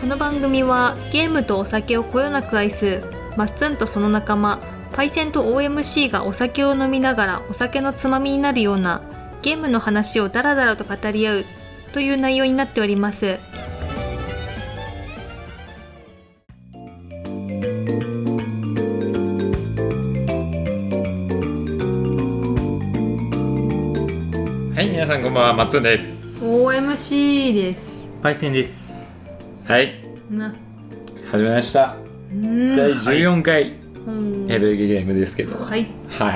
の番組はゲームとお酒をこよなく愛すマッツンとその仲間パイセンと OMC がお酒を飲みながらお酒のつまみになるようなゲームの話をダラダラと語り合うという内容になっております。 はい、皆さんこんばんは、マッツンです。 OMC です。 パイセンです。 はい、始めました。第14回ヘルゲームですけど、 はいはいはい。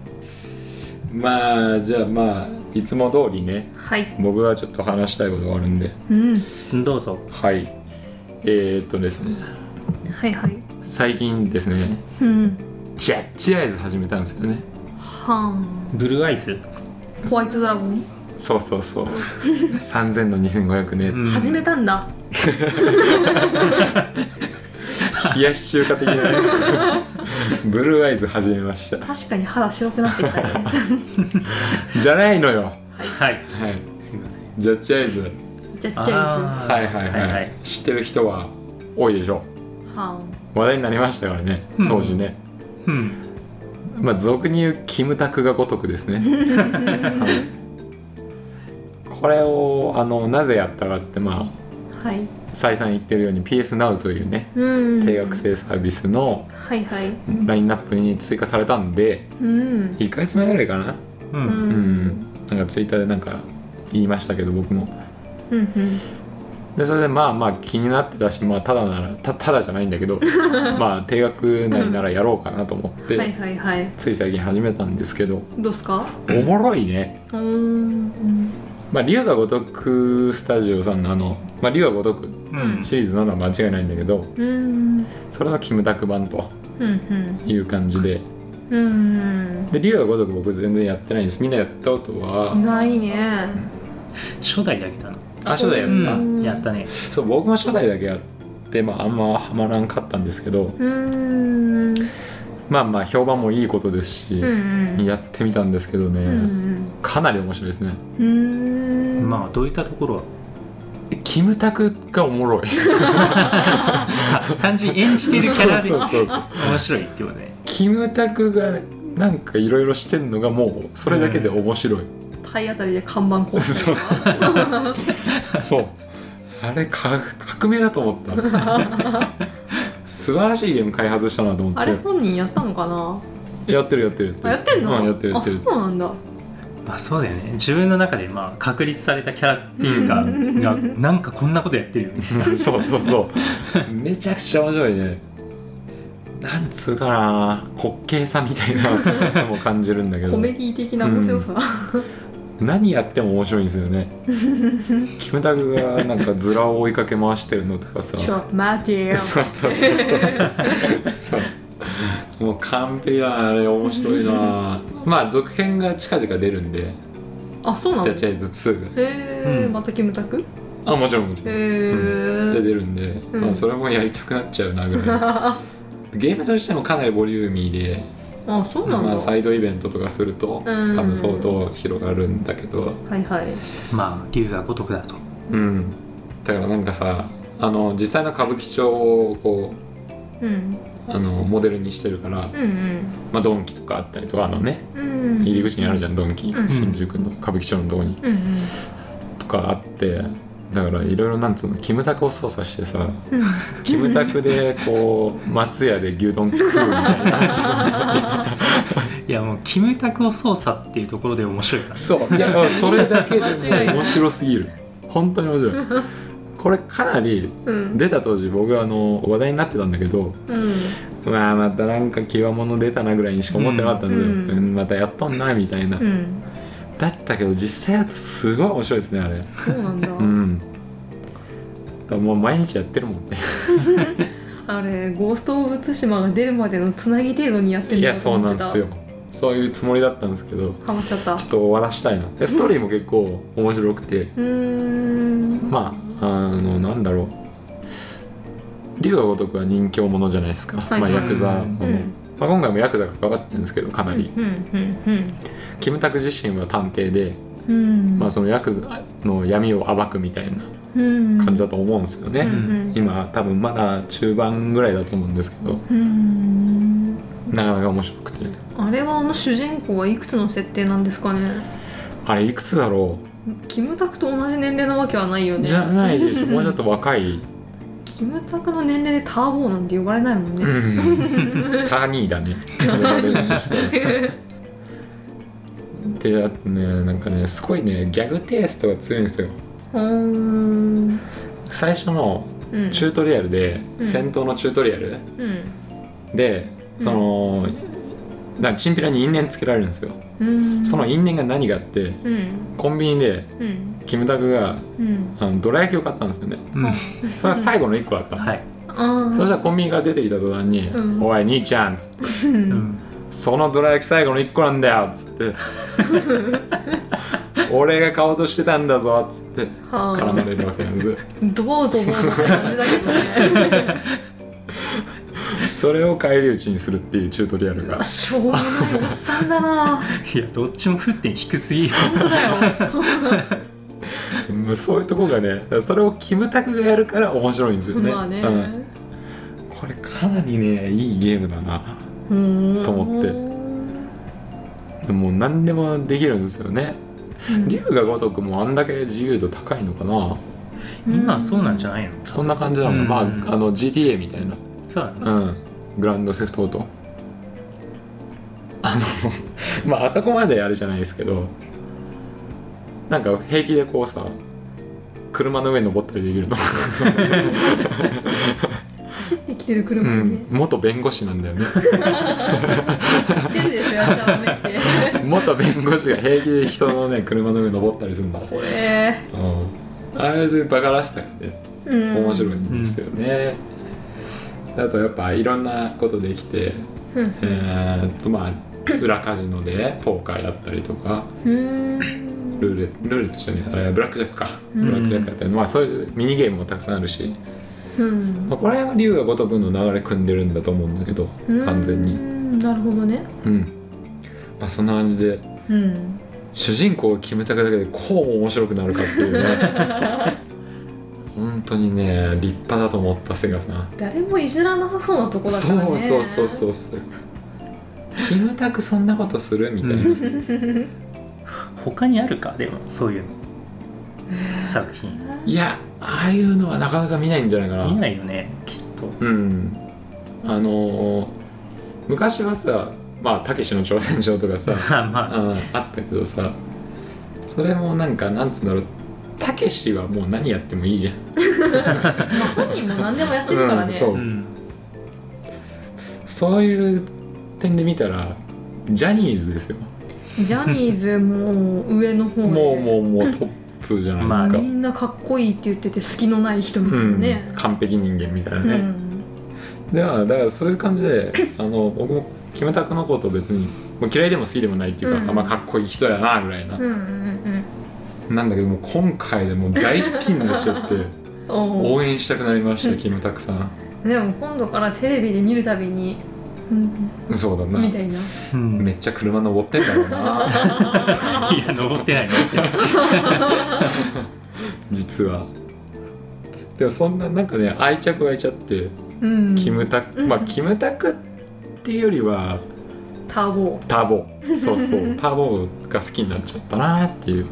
まあじゃあいつも通りね、 はい、 僕はちょっと話したいことがあるんで、 どうぞ。 はい。ですね、 はいはい、 最近ですね、ジャッジアイズ始めたんですよね。 ブルーアイズ、 ホワイトドラゴン。 そう3000の2500ね、 始めたんだ。 冷やし中華的なねブルーアイズ始めました。 確かに肌白くなってきたねじゃないのよ。 はい、 すいません。ジャッジアイズ、 ジャッジアイズ、知ってる人は多いでしょう。話題になりましたからね、当時ね。俗に言うキムタクが如くですね。これをなぜやったかって再三言ってるように PS Now というね、定額制サービスのラインナップに追加されたんで、1ヶ月前ぐらいかな、なんかツイッターでなんか言いましたけど、僕も、でそれで気になってたし、ただなら ただじゃないんだけど定額内ならやろうかなと思ってつい最近始めたんですけど、 どうすか？ おもろいね。龍が如くスタジオさんの龍が如くシリーズなのは間違いないんだけど、それのキムタク版という感じで、で龍が如く僕全然やってないんです。みんなやったことはないね。 初代だけだな。 初代やった、 やったね。 そう、僕も初代だけやって、あんまハマらんかったんですけど、評判もいいことですし、やってみたんですけどね、かなり面白いですね。 どういったところは？ キムタクがおもろい。 単純に演じてるキャラで面白いってことね。 キムタクがなんかいろいろしてんのがもうそれだけで面白い。 体当たりで看板こう。 そう。あれ革命だと思った。素晴らしいゲーム開発したなと思って。 あれ本人やったのかな？ やってる。やってるの？ やってる。あ、そうなんだ。 そうだよね。自分の中で確立されたキャラっていうかがなんかこんなことやってるよね。 そうめちゃくちゃ面白いね。なんつうかな、滑稽さみたいなのも感じるんだけど、 コメディ的な面白さ、 何やっても面白いんですよね。キムタクがなんかズラを追いかけ回してるのとかさ、 ちょっと待てよ。 そうもう完璧だな、あれ面白いな。続編が近々出るんで。 あ、そうなんだ。 ジャッジアイズ2がまたキムタク？ もちろんで出るんで、それもやりたくなっちゃうなぐらい。ゲームとしてもかなりボリューミーで、 そうなんだ。 サイドイベントとかすると多分相当広がるんだけど、 龍が如くだと。 だからなんかさ、実際の歌舞伎町をこう、モデルにしてるから、ドンキとかあったりとか、入り口にあるじゃん、ドンキ、新宿の歌舞伎町のとこに、とかあって、だからいろいろなんつうの、キムタクを操作してさ、キムタクでこう松屋で牛丼食うみたいな。 いやもうキムタクを操作っていうところで面白いから。 そう、いやそれだけで面白すぎる。本当に面白い。これかなり出た当時僕は話題になってたんだけど、またなんか極物出たなぐらいにしか思ってなかったんですよ。またやっとんなみたいな。だったけど実際だとすごい面白いですね、あれ。 そうなんだ。 もう毎日やってるもんね。 あれゴースト・オブ・ツシマが出るまでのつなぎ程度にやってるんだと思ってた。いや、そうなんですよ。 そういうつもりだったんですけど、 ハマっちゃった。 ちょっと終わらしたいな。ストーリーも結構面白くて、なんだろう、龍が如くは人気者じゃないですか。ヤクザもの、今回もヤクザが関わってるんですけど、かなり、キムタク自身は探偵で、そのヤクザの闇を暴くみたいな感じだと思うんですよね、今多分まだ中盤ぐらいだと思うんですけど、なかなか面白くて。 あれは主人公はいくつの設定なんですかね。 あれいくつだろう。キムタクと同じ年齢なわけはないよね。 じゃないでしょもうちょっと若いキムタクの年齢でターボーなんて呼ばれないもんね、 ターニーだねであとねなんかねすごいねギャグテイストが強いんですよ。最初のチュートリアルで、戦闘のチュートリアル、でその、チンピラに因縁つけられるんですよ、その因縁が何があって、コンビニで、キムタクが、どら焼きを買ったんですよね、それは最後の1個だった、そしたらコンビニから出てきた途端に「おい兄ちゃん」っつって、そのどら焼き最後の1個なんだよ」っつって俺が買おうとしてたんだぞっつって絡まれるわけなんです。 どうぞどうぞって感じだけどねそれを返り討ちにするっていうチュートリアルがしょうもないおっさんだな。 いやどっちも沸点低すぎ。 本当だよもうそういうとこがね、それをキムタクがやるから面白いんですよね。 まあね、 これかなりねいいゲームだなと思って。でも何でもできるんですよね。龍が如くもあんだけ自由度高いのかな。 今そうなんじゃないの。 そんな感じなの、まあGTA みたいな。 そうだね、 グランドセフトオートまああそこまであれじゃないですけど、なんか平気でこうさ車の上に登ったりできるの走ってきてる車にね、 元弁護士なんだよね知ってるでしょやっちゃダメって元弁護士が平気で人のね車の上に登ったりするんだ。 これ、 あれでバカらしたらね面白いんですよね、あとやっぱいろんなことできてまあ裏カジノでポーカーやったりとかルーレットじゃねえ、ブラックジャックか、ブラックジャックやったり、まあそういうミニゲームもたくさんあるし、まあ、これは龍が如くの流れ組んでるんだと思うんだけど完全に。 なるほどね。 まあそんな感じで、主人公を決めただけでこう面白くなるかっていうね本当にね立派だと思ったセガさん。 誰もいじらなさそうなとこだからね。 そうキムタクそんなことするみたいな他にあるかでもそういうの作品。 いやああいうのはなかなか見ないんじゃないかな。 見ないよねきっと。 昔はさまあたけしの挑戦状とかさあったけどさ、それもなんかなんつうんだろう、たけしはもう何やってもいいじゃんまあ本人も何でもやってるからね、 そういう点で見たらジャニーズですよ。 ジャニーズも上の方でもうトップじゃないですか、 みんなかっこいいって言ってて隙のない人みたいなね、 完璧人間みたいなね、だからそういう感じで僕もキムタクのこと別にもう嫌いでも好きでもないっていうか、まあかっこいい人やなぐらいな、なんだけども今回でもう大好きになっちゃって応援したくなりましたキムタクさん。 でも今度からテレビで見るたびにそうだなみたいな、 めっちゃ車登ってんだろうないや登ってない実は。でもそんななんかね愛着湧いちゃって、キムタクキムタクっていうよりはターボそうターボが好きになっちゃったなっていう、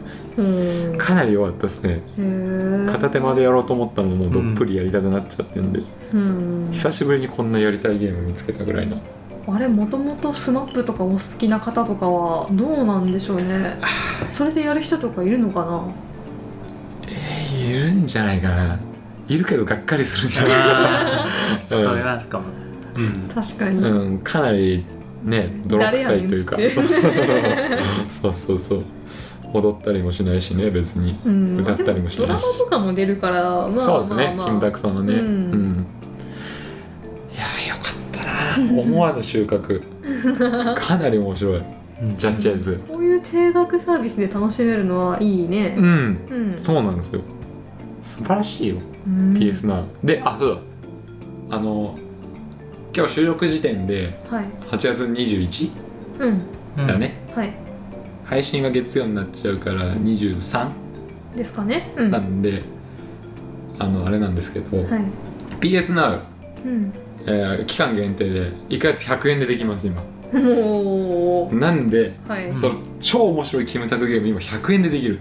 かなり良かったですね。片手間でやろうと思ったのもどっぷりやりたくなっちゃってんで、久しぶりにこんなやりたいゲーム見つけたぐらいの。 あれもともとスマップとかお好きな方とかはどうなんでしょうね。それでやる人とかいるのかな。 いるんじゃないかな。いるけどがっかりするんじゃないかなそれはあるかも、 確かに、 かなりね泥臭いというかそう踊ったりもしないしね別に、歌ったりもしないし、 ドラマとかも出るから、 そうですね、キムタクさんはね、いやよかったな思わぬ収穫かなり面白い、ジャッジアイズ。 そういう定額サービスで楽しめるのはいいね。 そうなんですよ、素晴らしいよ、PS Now で。そうだ、今日収録時点で8月21、だね、配信が月曜になっちゃうから23 ですかね、 なんであれなんですけど、 はい、 PS Now、 うん期間限定で1ヶ月100円でできます今。 おー、 なんで、 はい、 その超面白いキムタクゲーム今100円でできる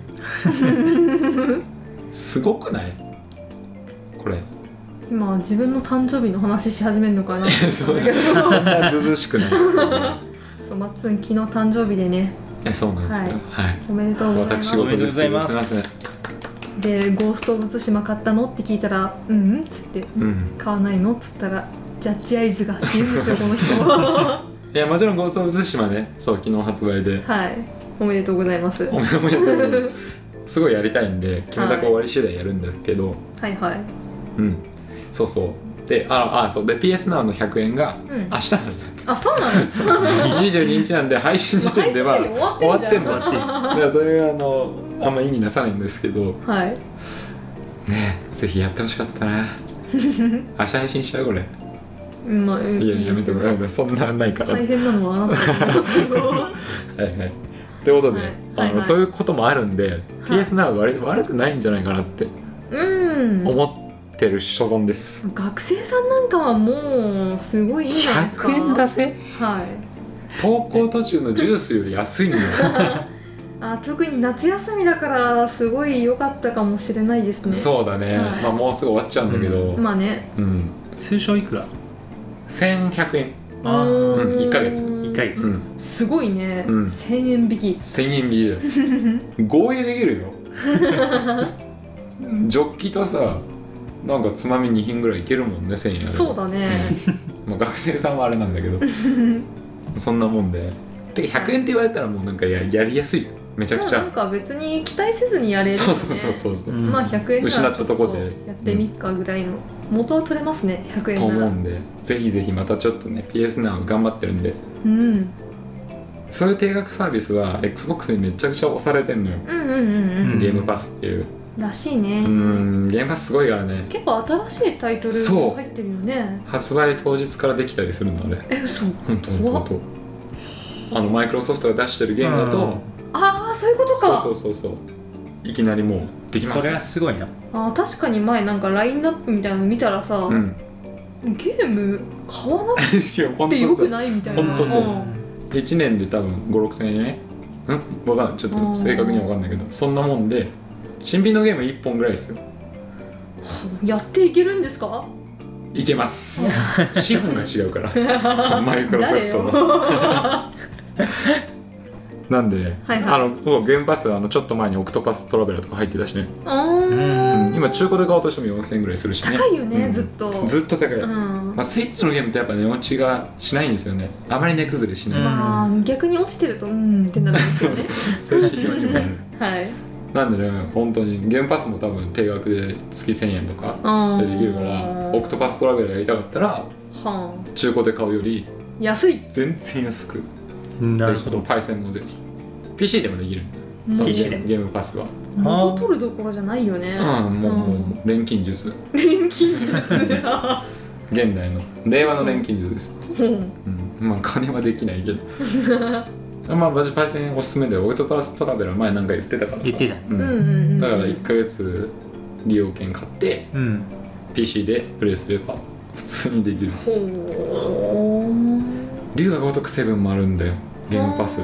すごくないこれ。 今自分の誕生日の話し始めるのかなそんなずずしくないですよねそう、マッツン昨日誕生日でね。 そうなんですよ、はい、 おめでとうございます。 私事です。 おめでとうございます。 で、ゴースト・オブ・ツシマ買ったのって聞いたら、うんっつって、買わないのっつったら、ジャッジアイズがって言うんですよこの人いやもちろんゴースト・オブ・ツシマね、そう昨日発売で、 はい、おめでとうございます。 おめでとうございますすごいやりたいんで、キムタク終わり次第やるんだけど、 はいはい、 そうそうで、そうで PS Now の100円が明日なんだ、 あ、そうなんです 22日なんで配信時点では終わってんだっていう。だからそれはあんま意味なさないんですけど、 はいね、ぜひやってほしかったな明日配信しちゃうこれ。 まあ、 いややめてもらうな、そんなないから大変なのはあなたなんですけどはいはいということで、 はいはい、 そういうこともあるんで、PS Now 悪くないんじゃないかなって思ってる所存です。 学生さんなんかはもうすごいいいじゃないですか。 100円だぜ。 はい。 登校途中のジュースより安いのよ特に夏休みだからすごい良かったかもしれないですね。 そうだね、まあもうすぐ終わっちゃうんだけど、 まあね、 通称いくら ？1100円。1ヶ月 1ヶ月、 すごいね、1000円引き。 1000円引きだよ合意できるよジョッキとさ、なんかつまみ2品ぐらいいけるもんね、1000円ある。 そうだねまあ学生さんはあれなんだけどそんなもんで、てか100円って言われたらもうなんかやりやすいじゃん、めちゃくちゃ。 なんか別に期待せずにやれる、ね、 そう、 まあ100円失ったとこでやってみっかぐらいの元は取れますね、100円ならと思うんで、ぜひぜひまたちょっとね PS Now 頑張ってるんで、そういう定額サービスは XBOX にめちゃくちゃ押されてんのよ、ゲームパスっていうらしいね。 ゲームパスすごいからね。 結構新しいタイトルも入ってるよね。 発売当日からできたりするのあれ。 嘘。 本当マイクロソフトが出してるゲームだと、 そういうことか。 そういきなりもうできます。 それはすごいな。 確かに前なんかラインナップみたいなの見たらさ、ゲーム買わなくてよくないみたいな。 本当そう。1年で多分5、6千円わかんない、ちょっと正確にはわかんないけど、そんなもんで新品のゲーム1本ぐらいですよ。 やっていけるんですか？ いけます資本が違うからマイクロソフトのなんでね、そうゲームパスちょっと前にオクトパストラベラーとか入ってたしね。今中古で買おうとしても4000円ぐらいするしね。 高いよね、ずっと高い。 スイッチのゲームってやっぱ値落ちがしないんですよね。あまり値崩れしない。逆に落ちてるとってなるんですよねそういう指標にもなるはい。 なんでね、本当にゲームパスも多分定額で月1000円とかでできるから、オクトパストラベラーやりたかったら中古で買うより安い、 全然安く。 なるほど。 パイセンもぜひ PC でもできる。 PC でゲームパスは元取るどころじゃないよね。 もう錬金術錬金術現代の令和の錬金術です。まあ金はできないけどまあマジパイセンおすすめで、オクトパストラベラー前なんか言ってたからさ。 言ってた。 だから1ヶ月利用券買って、PC でプレイすれば普通にできる。龍が如く7もあるんだよ、ゲームパス。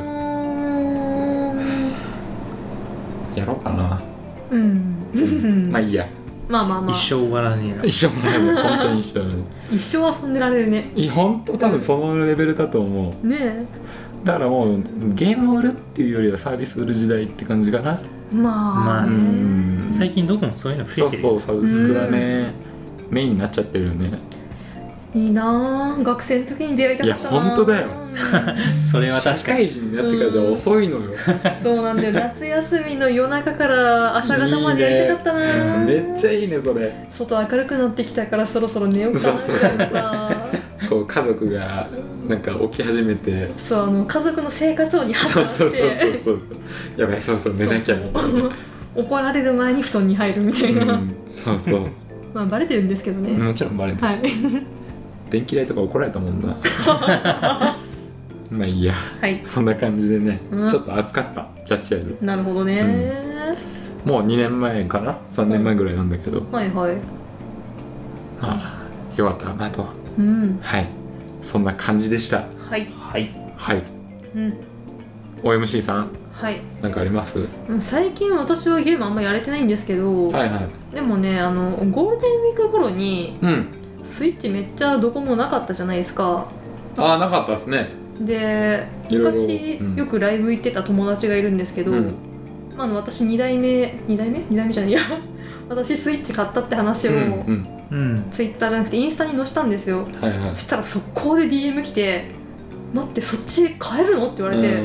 やろうかな。まあいいや。 まあ一生終わらねえな。 一生もらえる、本当に一生ね。 一生遊んでられるね。 本当多分そのレベルだと思う。 ね。 だからもうゲームを売るっていうよりはサービス売る時代って感じかな。 まあね。 最近どこもそういうの増えてる。 そうサブスクはね、メインになっちゃってるよね。 いいなぁ、学生の時に出会いたかったな。 いや本当だよそれは確かに。 社会人になってからじゃ遅いのよ。 そうなんだよ、夏休みの夜中から朝方までやりたかったな。 めっちゃいいねそれ。 外明るくなってきたからそろそろ寝ようかなみたいなさ。 こう家族がなんか起き始めて、 そう家族の生活音に挟まって、 そうやばい、そう寝なきゃみたいな。 怒られる前に布団に入るみたいな。 そうまあバレてるんですけどね。 もちろんバレてる。はい。電気代とか怒られたもんなまあいいや、そんな感じでね、ちょっと暑かったジャッジアイズ。 なるほどね。 もう2年前かな3年前ぐらいなんだけど、 はいはい、 まあよかったなと、はい、そんな感じでした。 はいはいはい、OMC さん、 はい、 なんかあります？ 最近私はゲームあんまやれてないんですけど、 はいはい、 でもねゴールデンウィーク頃に、スイッチめっちゃどこもなかったじゃないですか。 ああ、なかったですね。 で昔、よくライブ行ってた友達がいるんですけど、私2代目じゃないや私スイッチ買ったって話を、ツイッターじゃなくてインスタに載せたんですよ。そしたら速攻で DM 来て、待ってそっち買えるのって言われて、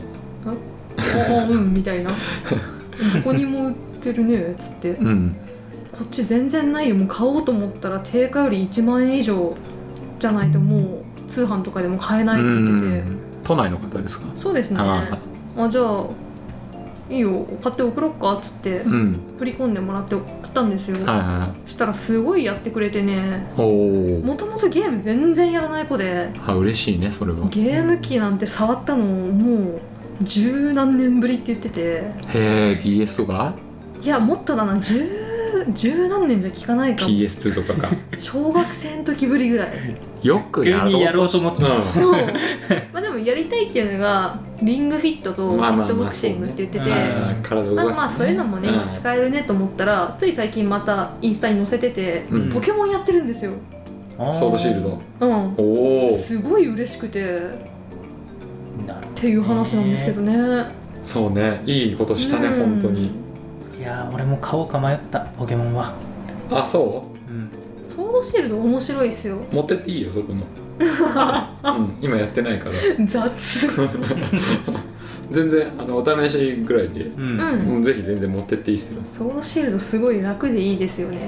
みたいなどこにも売ってるねっつって、こっち全然ないよ、もう買おうと思ったら定価より1万円以上じゃないともう通販とかでも買えないって言ってて。 都内の方ですか？ そうですね。じゃあいいよ買って送ろっかっつって、振り込んでもらって送ったんですよ。したらすごいやってくれてね。もともとゲーム全然やらない子で、 嬉しいねそれは。 ゲーム機なんて触ったのもう十何年ぶりって言ってて。 へえ、 DS とか？ いやもっとだな、十何年じゃ聞かないかも。 PS2 とかか小学生の時ぶりぐらい。 よくやろうと思って、 そうでもやりたいっていうのがリングフィットとフィットボクシングって言ってて、そういうのもね、今使えるねと思ったら、つい最近またインスタに載せてて、ポケモンやってるんですよ。 ソードシールド。 すごい嬉しくてっていう話なんですけどね。 そうね、いいことしたね、本当に。 いや俺も買おうか迷った、ポケモンは。 あ、そう？ ソードシールド面白いですよ。 持ってっていいよそこの今やってないから雑全然お試しぐらいで、ぜひ全然持ってっていいっすよ。 ソードシールドすごい楽でいいですよね。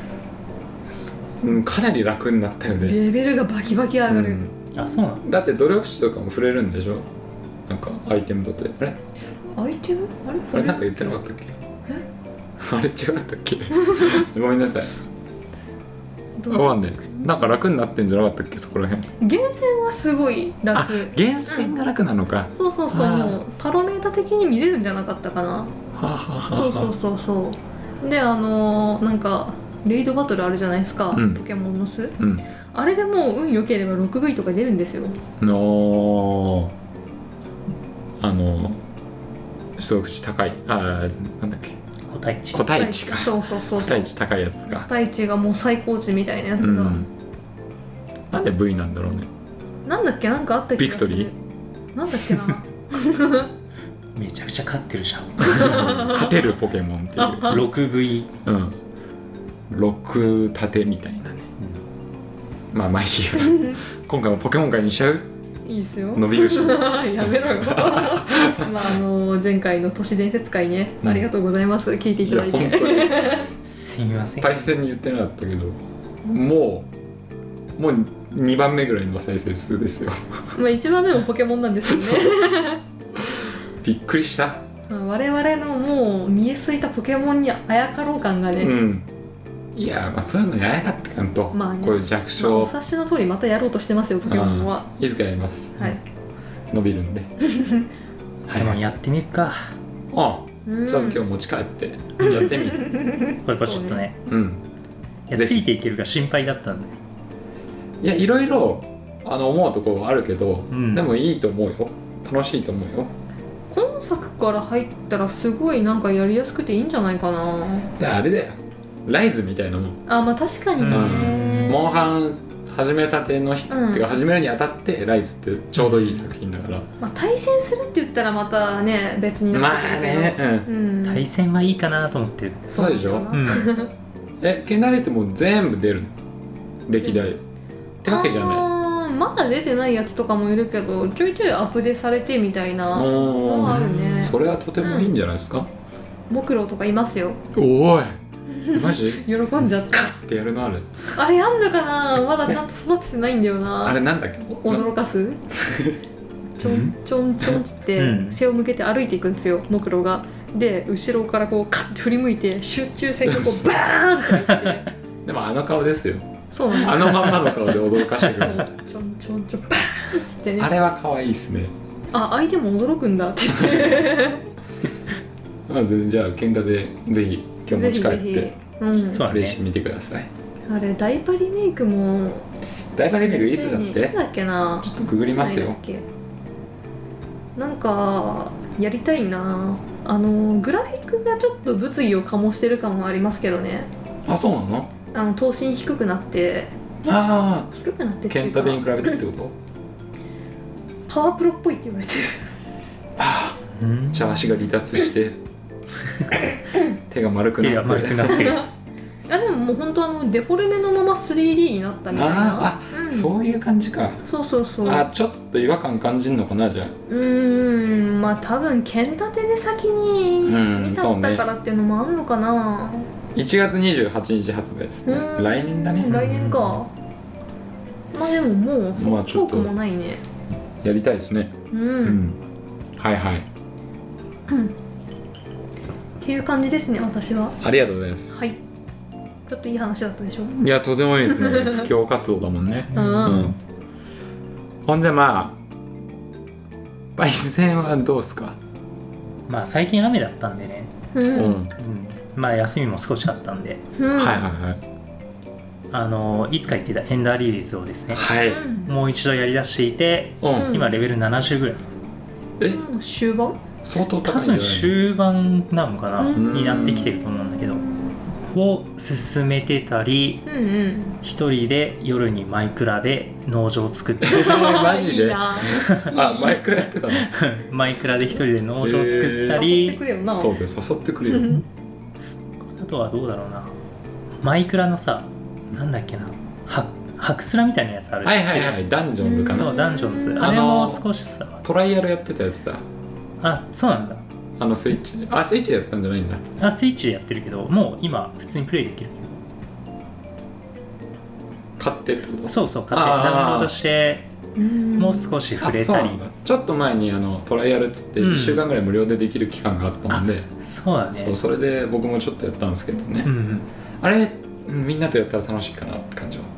かなり楽になったよね。 レベルがバキバキ上がる。 あ、そうなの？ だって努力値とかも触れるんでしょ、なんかアイテムとかで。あれアイテム？ あれなんか言ってなかったっけ？あれ違かったっけごめんなさい、わかんない。なんか楽になってんじゃなかったっけ、そこら辺。 厳選はすごい楽。 厳選が楽なのか。 そうもうパロメータ的に見れるんじゃなかったかな。そうでなんかレイドバトルあるじゃないですか、ポケモンの巣、あれでもう運良ければ 6V とか出るんですよ。 すごく高い、なんだっけ、個体値か。 そう個体値高いやつが、 個体値がもう最高値みたいなやつが、 なんで V なんだろうね。 なんだっけ、なんかあった気がする。ビクトリーなんだっけなめちゃくちゃ勝ってるじゃん勝てるポケモンっていう 6V、 6盾みたいなね、まあいいや今回もポケモン界にしちゃう？ いいですよ、 伸びるしやめろよ前回の都市伝説会ね、ありがとうございます、聞いていただいて。いや本当にすみません、 大切に言ってなかったけど、もう2番目ぐらいの再生数ですよ 1番目もポケモンなんですよねびっくりした。 我々のもう見えすいたポケモンにあやかろう感がね、 いや、そういうのにあやかってかんと、こういう弱小、 お察しの通りまたやろうとしてますよ、ポケモンは。 いつかやります、伸びるんでポケモンやってみるか。 ちょっと今日持ち帰ってやってみるこれちょっとね、いやついていけるか心配だったんで。 いや、いろいろ思うところはあるけど、でもいいと思うよ、楽しいと思うよ。 今作から入ったらすごいなんかやりやすくていいんじゃないかな。 あれだよ、ライズみたいなもん。 確かにね、 モンハン始めたての人、ってか始めるにあたってライズってちょうどいい作品だから、 対戦するって言ったらまたね別になってくるけど、 対戦はいいかなと思ってる。 そうでしょケナリってもう全部出るの歴代ってわけじゃない。 まだ出てないやつとかもいるけど、ちょいちょいアップデートされてみたいなのはあるね。 それはとてもいいんじゃないですか。 モクロとかいますよ。 おいマジ喜んじゃったってやるのある。 あれやんのかな、まだちゃんと育ててないんだよなあれなんだっけ、 驚かすちょんちょんちょんっつって背を向けて歩いていくんですよ、モクロが。で後ろからこうカッて振り向いて集中線がこうバーンって入ってでもあの顔ですよ。 そうなんです、 あのまんまの顔で驚かしてくるちょんちょんちょんバーンっつってね。 あれは可愛いっすね。 相手も驚くんだって言ってじゃあ喧嘩でぜひ今日持ち帰ってプレイしてみてください。 あれダイパリメイクもダイパリメイクいつだって？ いつだっけな。 ちょっとググりますよ。 なんかやりたいな。グラフィックがちょっと物議を醸してる感はありますけどね。 あ、そうなの？ 頭身低くなって、低くなってっていうか、 ケンタデに比べてってこと？ パワープロっぽいって言われてる。 じゃあ足が離脱して手が丸くなってでももう本当デフォルメのまま 3D になったみたいな。 そういう感じか。 そうそうそう。 ちょっと違和感感じるのかな。じゃあまあ多分剣立てで先に見ちゃったからっていうのもあんのかな。 1月28日発売ですね。来年だね。 来年か。まあでももうそ遠くもないね。 やりたいですね。はいはい。 っていう感じですね、私は。 ありがとうございます。 はい。ちょっといい話だったでしょ。 いや、とてもいいですね。布教活動だもんね。ほんじゃまあパイセンはどうすか？ まあ最近雨だったんでね。まあ休みも少しあったんで。いつか言ってたエンダーリリースをですね、もう一度やりだしていて、今レベル70ぐらい。 終盤？ 相当高いんじゃない？ 多分終盤なのかな、になってきてると思うんだけど、を進めてたり、一人で夜にマイクラで農場を作ってマジで？マイクラやってたの？ マイクラで一人で農場を作ったり、 誘ってくれよな。 そうで誘ってくれよ。 あとはどうだろうな、マイクラのさ、なんだっけな、ハクスラみたいなやつある。 ダンジョンズかな。 そう、ダンジョンズ。あれも少しさ、 トライアルやってたやつだ。 そうなんだ。 スイッチで。スイッチでやったんじゃないんだ。 スイッチでやってるけど、もう今普通にプレイできるけど。買ってってこと？ そうそう、買ってダウンロードしてもう少し触れたり。 ちょっと前にトライアルっつって1週間ぐらい無料でできる期間があったので、 そうだね。 それで僕もちょっとやったんですけどね。あれみんなとやったら楽しいかなって感じはあった。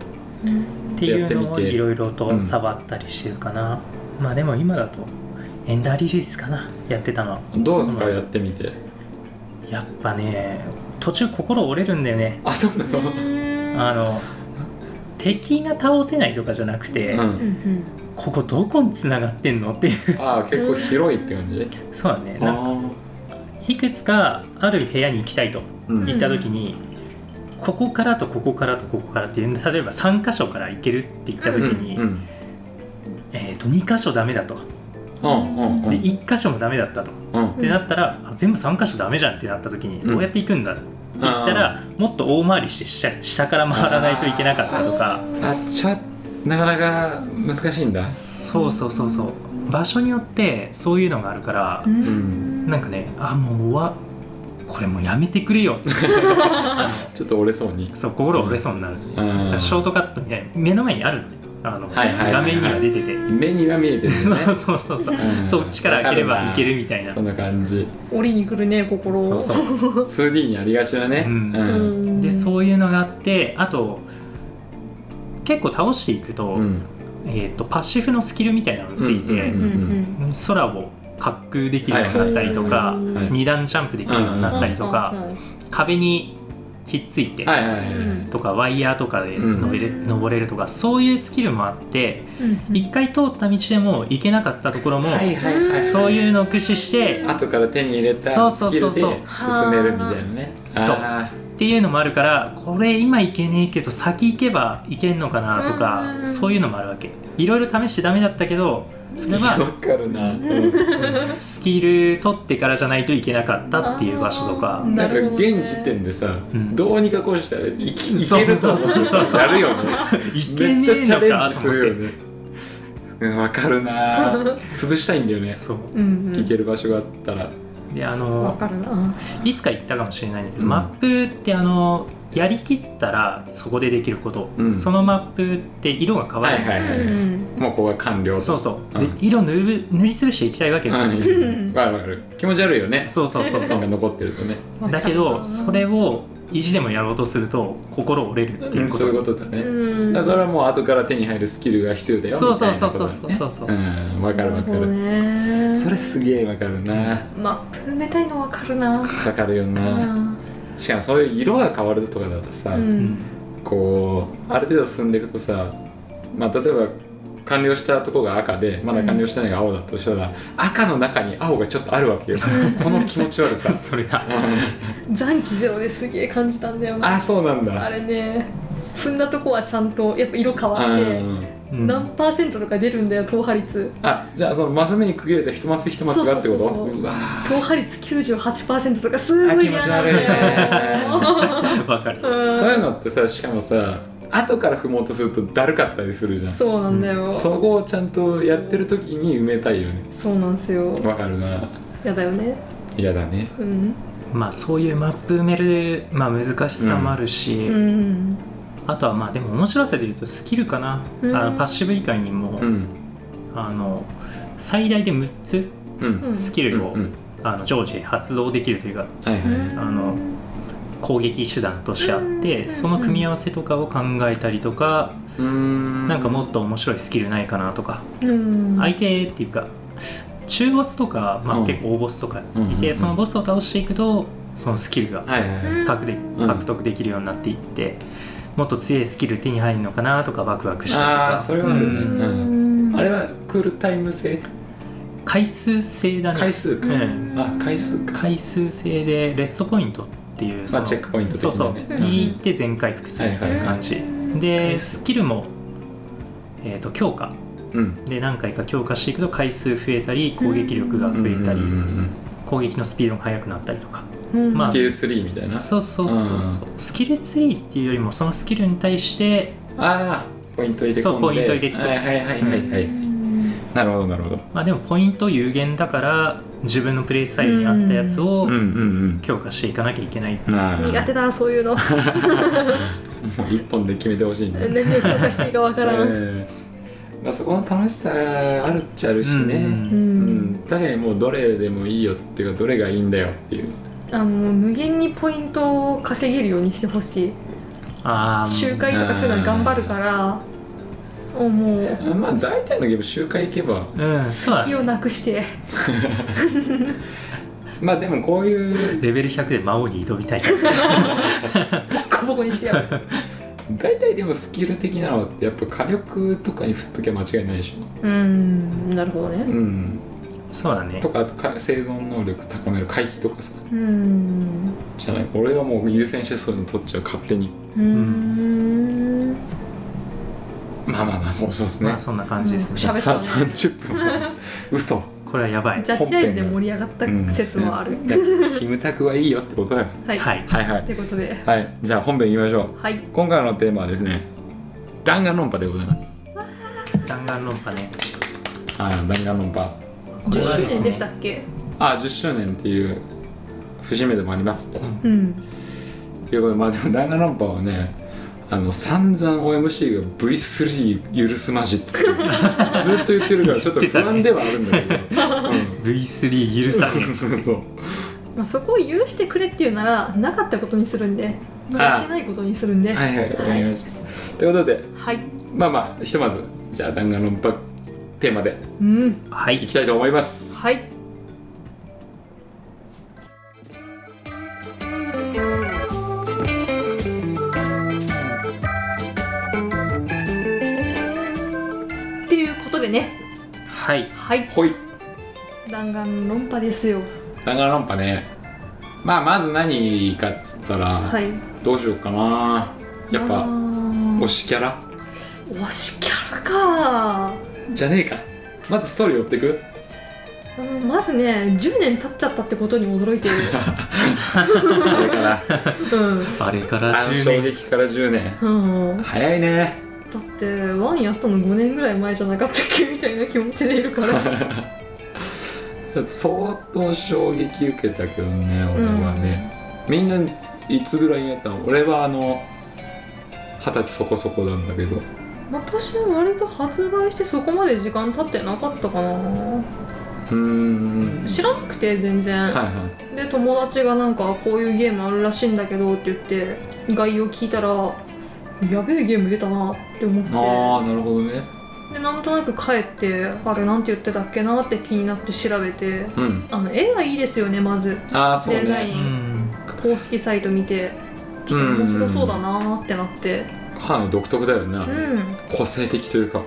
っていうのをいろいろと触ったりしてるかな。まあでも今だとエンダーリリースかな、やってたのは。 どうですか、やってみて。 やっぱね、途中心折れるんだよね。 そうなの？ 敵が倒せないとかじゃなくて、ここどこに繋がってんのっていう。 結構広いって感じ？ そうだね。いくつかある部屋に行きたいと言った時に、ここからとここからとここからっていう、例えば3箇所から行けるって言った時に、2箇所ダメだと。で1箇所もダメだったと、ってなったら全部3箇所ダメじゃんってなった時にどうやって行くんだって言ったら、もっと大回りして下から回らないといけなかったとか。 なかなか難しいんだ。 そう場所によってそういうのがあるから、なんかね、もうこれもうやめてくれよってちょっと折れそうに。 心折れそうになる。ショートカットみたいな目の前にあるのね。画面には出てて、 目には見えてるね。 そうそっちから開ければいけるみたいな。 そんな感じ。 折りに来るね、心。 2D にありがちだね。 でそういうのがあって、あと結構倒していくと、パッシフのスキルみたいなのがついて、空を滑空できるようになったりとか、2段ジャンプできるようになったりとか、壁にひっついてとか、ワイヤーとかで登れるとか、そういうスキルもあって、一回通った道でも行けなかったところもそういうのを駆使して後から手に入れたスキルで進めるみたいなね。 っていうのもあるから、これ今行けねえけど先行けば行けんのかなとか、そういうのもあるわけ。いろいろ試してダメだったけど、それは分かるな。 スキル取ってからじゃないといけなかったっていう場所とか。 なんか現時点でさ、どうにかこうしたらいけるぞやるよね。めっちゃチャレンジするよね。分かるな。潰したいんだよね。行ける場所があったら。 で分かるな。 いつか言ったかもしれないんだけど、マップってやりきったらそこでできること、そのマップって色が変わる。 もうここが完了。 で色塗りつぶしていきたいわけよ。 わかる気持ち悪いよね。 そうが残ってるとね。 だけどそれを意地でもやろうとすると心折れるっていうこと、 そういうことだね。だからそれはもう後から手に入るスキルが必要だよみたいなことだね。 そうわかるわかる。それすげえわかるな。 マップ埋めたいのわかるな。 わかるよな。しかもそういう色が変わるとかだとさ、こうある程度進んでいくとさ、まあ例えば完了したとこが赤でまだ完了してないが青だとしたら、赤の中に青がちょっとあるわけよ。この気持ち悪さそれが残機ゼロですげえ感じたんだよな。あ、そうなんだ。 あれね、踏んだとこはちゃんとやっぱ色変わって何パーセントとか出るんだよ、踏破率。 あ、じゃあそのマス目に区切れた一マス一マスがってこと？うわー、 踏破率 98% とかすごい嫌なんだよ。 わかる。 そういうのってさ、しかもさ後から踏もうとするとだるかったりするじゃん。 そうなんだよ。 そこをちゃんとやってる時に埋めたいよね。 そうなんですよ。 わかるな。 やだよね。 やだね。 まあそういうマップ埋める、まあ、難しさもあるし、あとはまあでも面白さでいうとスキルかな。パッシブ以外にも、最大で6つスキルを、常時発動できるというか、攻撃手段としてあって、その組み合わせとかを考えたりとか、なんかもっと面白いスキルないかなとか、相手っていうか中ボスとか、まあ、結構大ボスとかいて、そのボスを倒していくとそのスキルが獲得できるようになっていって、もっと強いスキル手に入るのかなとかワクワクしたりとか。 あ、それはあるね。あれはクールタイム制？ 回数制だね。 回数か。回数制でレストポイントっていう、 まあ、チェックポイント的なね、 に行って全回復するっていう感じで、スキルも、強化、で何回か強化していくと回数増えたり攻撃力が増えたり、攻撃のスピードが速くなったりとか、 スキルツリーみたいな。 そうスキルツリーっていうよりもそのスキルに対してポイント入れ込んで、 そうポイント入れてなるほどなるほど。 まあでもポイント有限だから自分のプレイスタイルに合ったやつを強化していかなきゃいけない。 苦手だそういうの。 一本で決めてほしいね。 何を強化していいかわからん。 まあそこの楽しさあるっちゃあるしね。確かにもうどれでもいいよっていうか、どれがいいんだよっていう。 無限にポイントを稼げるようにしてほしい。周回とかするのに頑張るから。もうまあ大体のゲーム周回行けば隙をなくしてまあでもこういうレベル100で魔王に挑みたいボコボコにしてやる。 大体でもスキル的なのってやっぱ火力とかに振っときゃ間違いないでしょ。 なるほどね。 そうだね。 とかあと生存能力高める回避とかさ、じゃない、俺はもう優先してそういうの取っちゃう勝手に。まあそうですね。 まあそんな感じですね。 30分嘘。 これはやばい。 ジャッジアイズで盛り上がった説もある。 キムタクはいいよってことだよ。 はいってことで、 じゃあ本編いきましょう。今回のテーマはですね、弾丸論破でございます。 弾丸論破ね。 弾丸論破。 10周年でしたっけ ？10周年っていう節目でもありますと。ということで、まあでも弾丸論破はね、散々 OMC が V3 許すまじっつってずっと言ってるからちょっと不安ではあるんだけど、 V3 許さないそう、 まあ、そこを許してくれっていうならなかったことにするんで、やってないことにするんで、わかりました。ということで、まあひとまずじゃあ弾丸論破テーマでいきたいと思います。弾丸論破ですよ。 弾丸論破ね。まあまず何かっつったら、どうしようかな。やっぱ推しキャラかじゃねえか。まずストーリー追ってく。 まずね、10年経っちゃったってことに驚いてる。 あれから10 年。衝撃から10年、早いね。 だって1やったの5年ぐらい前じゃなかったっけみたいな気持ちでいるから相当衝撃受けたけどね、俺はね。みんないつぐらいやったの？俺は20歳そこそこなんだけど。 私は割と発売してそこまで時間経ってなかったかな。 知らなくて全然、はいはい、で友達がなんかこういうゲームあるらしいんだけどって言って概要聞いたらやべえゲーム出たなって思って、 ああなるほどね。 でなんとなく帰ってあれなんて言ってたっけなって気になって調べて、うん、絵がいいですよねまず。 そうね、 デザイン、公式サイト見てちょっと面白そうだなってなって、 かなり独特だよね、個性的というか、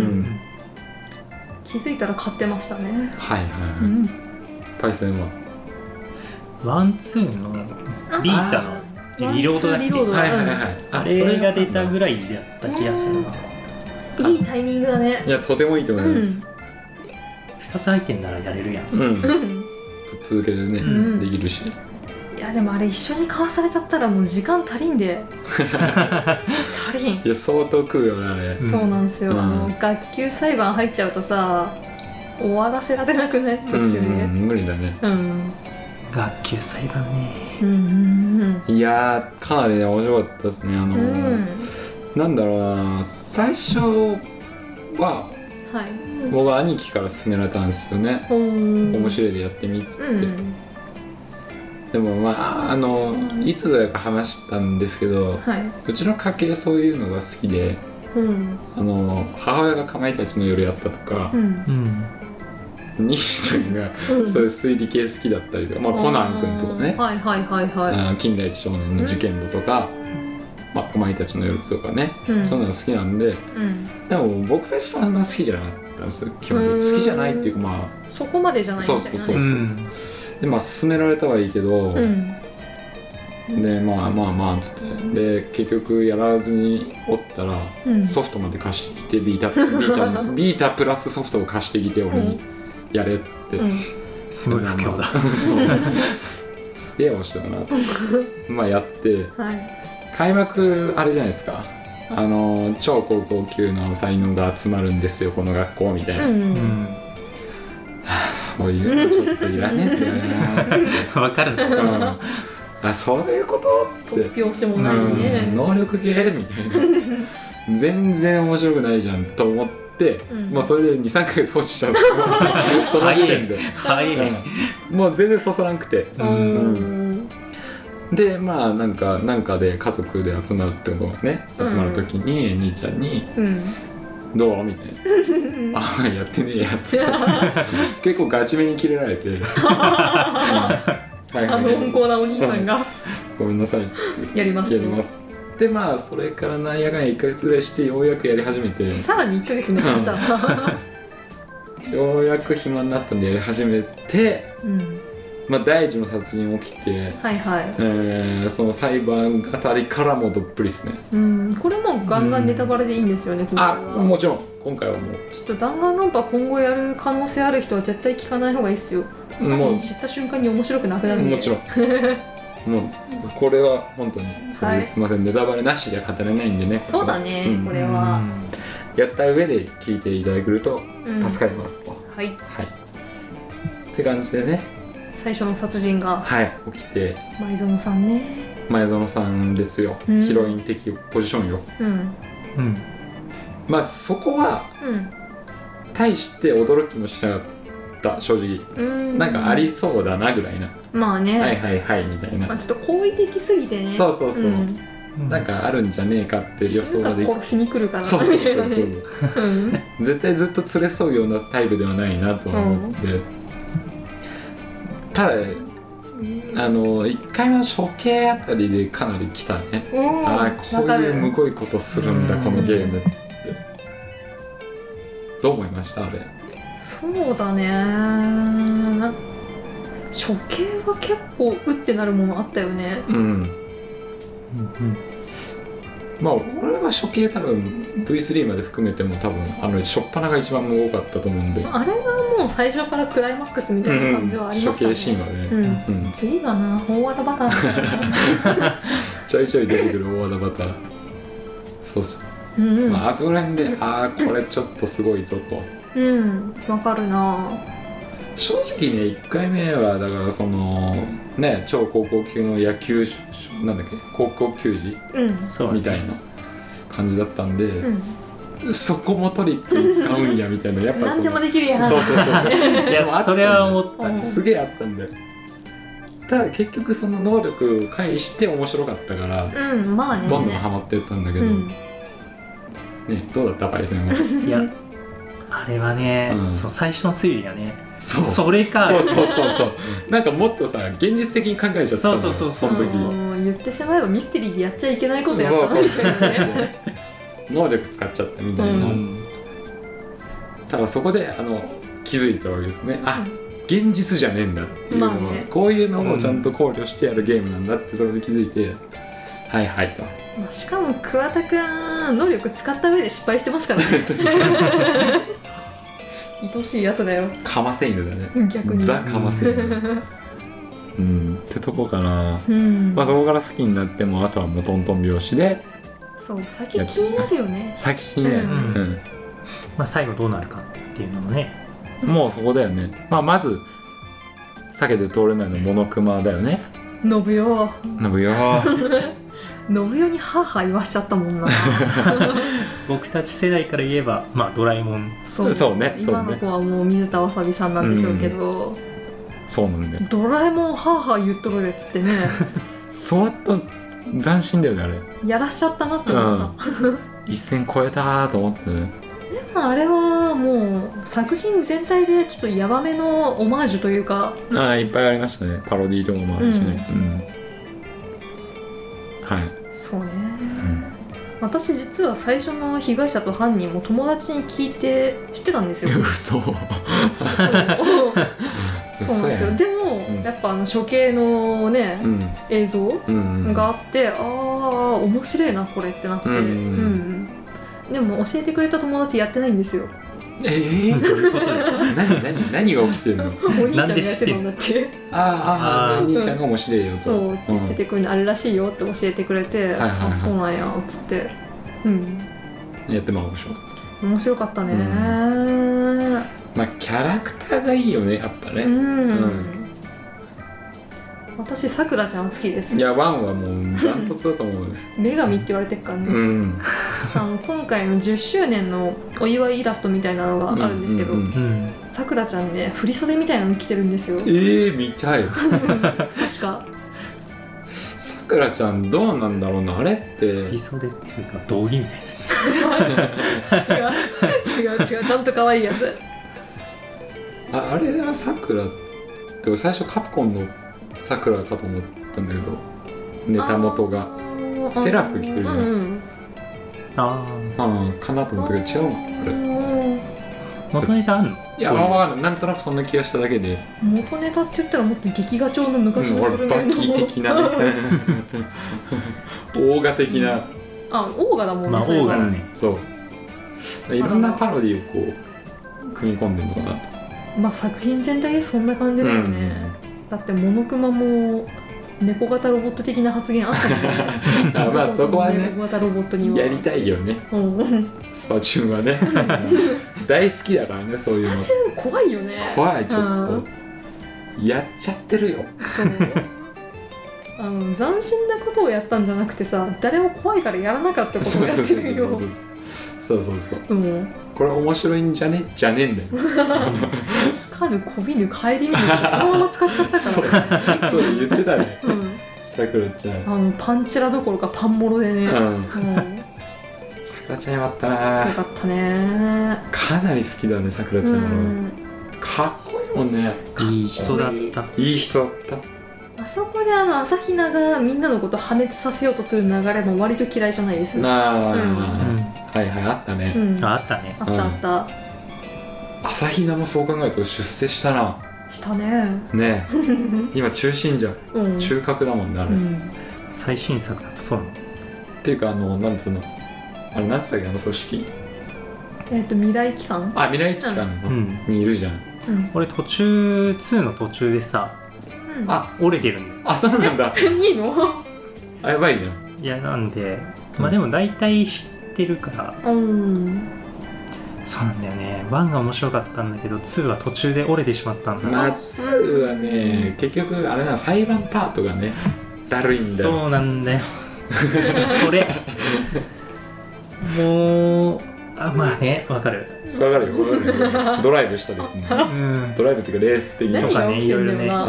気づいたら買ってましたね。 はいはいはい、パイセンはワンツーのビータのリロードだっけ、 はいはいはい、 あれが出たぐらいだった気がするな。 いいタイミングだね。 いやとてもいいと思います、 2つ入ってんならやれるやん、 ぶっ続けでね、できるし。 いやでもあれ一緒に買わされちゃったらもう時間足りんで足りん。 いや相当食うよねあれ。 そうなんですよ、学級裁判入っちゃうとさ終わらせられなくない途中で、 無理だね、 学級裁判ね、 いやかなりね面白かったですね。なんだろうな、最初は、僕は兄貴から勧められたんですよね。面白いでやってみっつって、でもまあいつぞやか話したんですけど、うちの家系そういうのが好きで、母親がかまいたちの夜やったとか、兄ちゃんがそういう推理系好きだったりとか、コナン君とかね、金田一少年の事件簿とか、かまいたちの夜とかね、そういうのが好きなんで、でも僕フェスそんな好きじゃなかったんですよ。基本的に好きじゃないっていうかそこまでじゃないみたいな。 そうで勧められたはいいけど、でつってで結局やらずにおったら、ソフトまで貸してビータプラスソフトを貸してきて俺にやれっつって、 すごい不況だ。 すげえ面白いなとやって、開幕あれじゃないですか、超高校級の才能が集まるんですよこの学校みたいな、そういうのちょっといらねえんだよな。 わかるぞ、 そういうことっつって突拍子もないね、 能力系みたいな全然面白くないじゃんと思って、もうそれで 2,3 ヶ月放置したんですよその時点で、もう全然そそらんくて、でなんかで家族で集まるってことね、集まる時に兄ちゃんにどうみたいなあやってねえやつって結構ガチめにキレられて温厚なお兄さんがごめんなさいやりますでそれからなんやかんや1ヶ月ぐらいしてようやくやり始めて、 さらに1ヶ月寝ましたようやく暇になったんでやり始めて、第一の殺人起きて、その裁判あたりからもどっぷりですね。 これもガンガンネタバレでいいんですよね、 もちろん今回はもうちょっと弾丸論破今後やる可能性ある人は絶対聞かない方がいいですよ。もう知った瞬間に面白くなくなるんで。 もちろんもうこれは本当にそれですいません、ネタバレなしでは語れないんでね。 そうだね、これはやった上で聞いていただけると助かりますと、って感じでね、 最初の殺人が起きて、 前園さんね、 前園さんですよ、ヒロイン的ポジションよ。そこは大して驚きもしなかった正直。なんかありそうだなぐらいな、はいみたいな、 ちょっと好意的すぎてね、 そう、なんかあるんじゃねえかって予想ができて、 殺しに来るからそう絶対ずっと連れ添うようなタイプではないなと思って、ただ1回目の処刑あたりでかなり来たね。こういうむごいことするんだこのゲームって。どう思いましたあれ？ そうだね、処刑は結構うってなるものあったよね。 俺は処刑多分 V3 まで含めても多分初っ端が一番むごかったと思うんで、 あれがもう最初からクライマックスみたいな感じはありましたね。 処刑シーンはね、 次がな大和田バターちょいちょい出てくる大和田バター、そうっす、あそこら辺でこれちょっとすごいぞと。 わかるな。 正直ね1回目はだからそのね超高校級の野球高校球児、みたいな感じだったんで、 そこもトリックに使うんやみたいな、やっぱ何でもできるやん。 そういやそれは思った。 すげえあったんだよ。ただ結局その能力を介して面白かったから、 まあね、 どんどんハマっていったんだけど、ね、どうだったパイセンは。 いやあれはね、そう最初の推理がね、それか。 そうなんかもっとさ現実的に考えちゃった。 そうその時言ってしまえばミステリーでやっちゃいけないことやったみたいなね。 能力使っちゃったみたいな。ただそこで気づいたわけですね。あ、現実じゃねえんだっていうのは、こういうのをちゃんと考慮してやるゲームなんだってそれで気づいて、はいはいと。 しかも桑田くん能力使った上で失敗してますからね。愛しいやつだよ。 かませ犬だね。 逆にザかませ犬。ってとこかな。まあそこから好きになっても、あとはもうトントン拍子で。 そう先気になるよね。 先気になる。 まあ最後どうなるかっていうのもね。 もうそこだよね。まあまず避けて通れないのモノクマだよね。 信代にハーハー言わしちゃったもんな。 僕たち世代から言えば、まあドラえもん。 そうね。 今の子はもう水田わさびさんなんでしょうけど、 そうなんだよ。 ドラえもんハーハー言っとるでっつってね。 相当斬新だよねあれ。 やらしちゃったなって思った。 一線超えたと思ってね。 でもあれはもう作品全体でちょっとヤバめのオマージュというか、 いっぱいありましたね。パロディーとかもあるしね。はい。 そうね。私実は最初の被害者と犯人も友達に聞いて知ってたんですよ。 嘘。そうなんですよ。でも、やっぱ処刑のね、映像があって、ああ面白いなこれってなって、でも教えてくれた友達やってないんですよ。 どういうことだよ。 何が起きてんの。 お兄ちゃんがやってたんだって。 お兄ちゃんが面白いよと。 そうって言ってくれて、あれらしいよって教えてくれて、あそうなんやっつって、 やっても面白かったね。 まあキャラクターがいいよねやっぱね。 私さくらちゃん好きです。 いやワンはもうダントツだと思う。 女神って言われてるからね。今回の10周年のお祝いイラストみたいなのがあるんですけど、さくらちゃんね振り袖みたいなの着てるんですよ。 見たい。 確かさくらちゃんどうなんだろうなあれって。 振り袖っつうか道着みたいな。違うちゃんと可愛いやつ。 あれはさくらって最初カプコンのさくらかと思ったんだけど、ネタ元がセラフ着てるじゃない。かなと思ったけど違うのあれ。 元ネタあんの？ いやわかんない。なんとなくそんな気がしただけで。 元ネタって言ったらもっと劇画調の昔の古めの、 バキ的なオーガ的な。 オーガだもんね。 オーガだね。 そういろんなパロディをこう組み込んでるのかな。 まあ作品全体でそんな感じだよね。だってモノクマも猫型ロボット的な発言あったもんね。 まあそこはね猫型ロボットにはやりたいよね。スパチューンはね大好きだからねそういうの。 スパチューン怖いよね。 怖いちょっとやっちゃってるよ。 そう斬新なことをやったんじゃなくてさ、誰も怖いからやらなかったことをやってるよ。 そうこれ面白いんじゃねえんだよ。 光るこびぬ帰り見るってそのまま使っちゃったからそう言ってたね。さくらちゃんパンチラどころかパンモロでね。さくらちゃんよかったな。 よかったね。 かなり好きだねさくらちゃん。かっこいいもんね。 いい人だった。 いい人だった。 あそこで朝比奈がみんなのことを破滅させようとする流れも割と嫌いじゃないです。はいあったね。 あったね。 あった朝比奈もそう考えると出世したな。 したね。 今中心じゃん。中核だもんねあれ。 最新作だとそうなの。 っていうかなんつうのあれなんつったっけ組織。 未来機関。 未来機関にいるじゃん。 俺途中2の途中でさ。折れてるんだよ。 そうなんだ。 いいの？ やばいじゃん。 いやなんでまあでも大体知ってるから。そうなんだよね。1が面白かったんだけど2は途中で折れてしまったんだ。 2はね結局あれな裁判パートがねだるいんだよ。 そうなんだよ。それもうまあね、わかるよドライブしたですね、ドライブっていうかレース的とかね、いろいろね、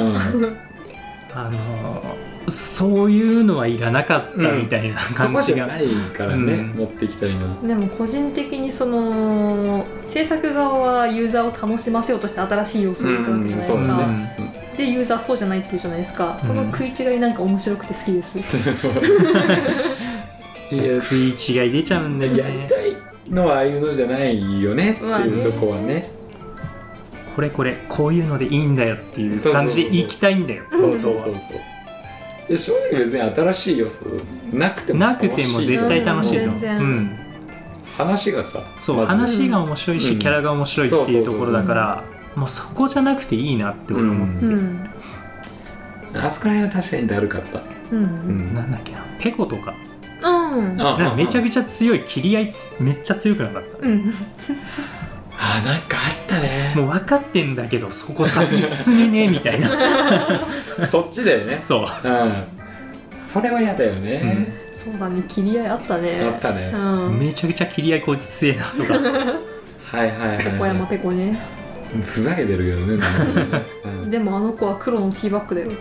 そういうのはいらなかったみたいな感じが、 そこじゃないからね、持ってきたいの。 でも個人的にその制作側はユーザーを楽しませようとして新しい要素を入れたわけじゃないですか、でユーザーそうじゃないっていうじゃないですか。その食い違いなんか面白くて好きです、 食い違い出ちゃうんだよね。 やりたいのはああいうのじゃないよねっていうとこはね、 こういうのでいいんだよっていう感じでいきたいんだよ。 そうで正直別に新しい要素なくても絶対楽しいぞ、 話がさ、 そう、話が面白いし、キャラが面白いっていうところだから、もうそこじゃなくていいなって俺思って、 あそこら辺は確かにだるかった、 なんだっけな、ペコとか、なんかめちゃくちゃ強い切り合いめっちゃ強くなかった、 なんかあったね。 もう分かってんだけどそこ先進めねえみたいなそっちだよね。 そう、 それは嫌だよね、 そうだね、切り合いあったね。 めちゃくちゃ切り合いこいつ強えなとかペコ山ペコね、 ふざけてるけどね、 でもあの子は黒のティーバッグだよ。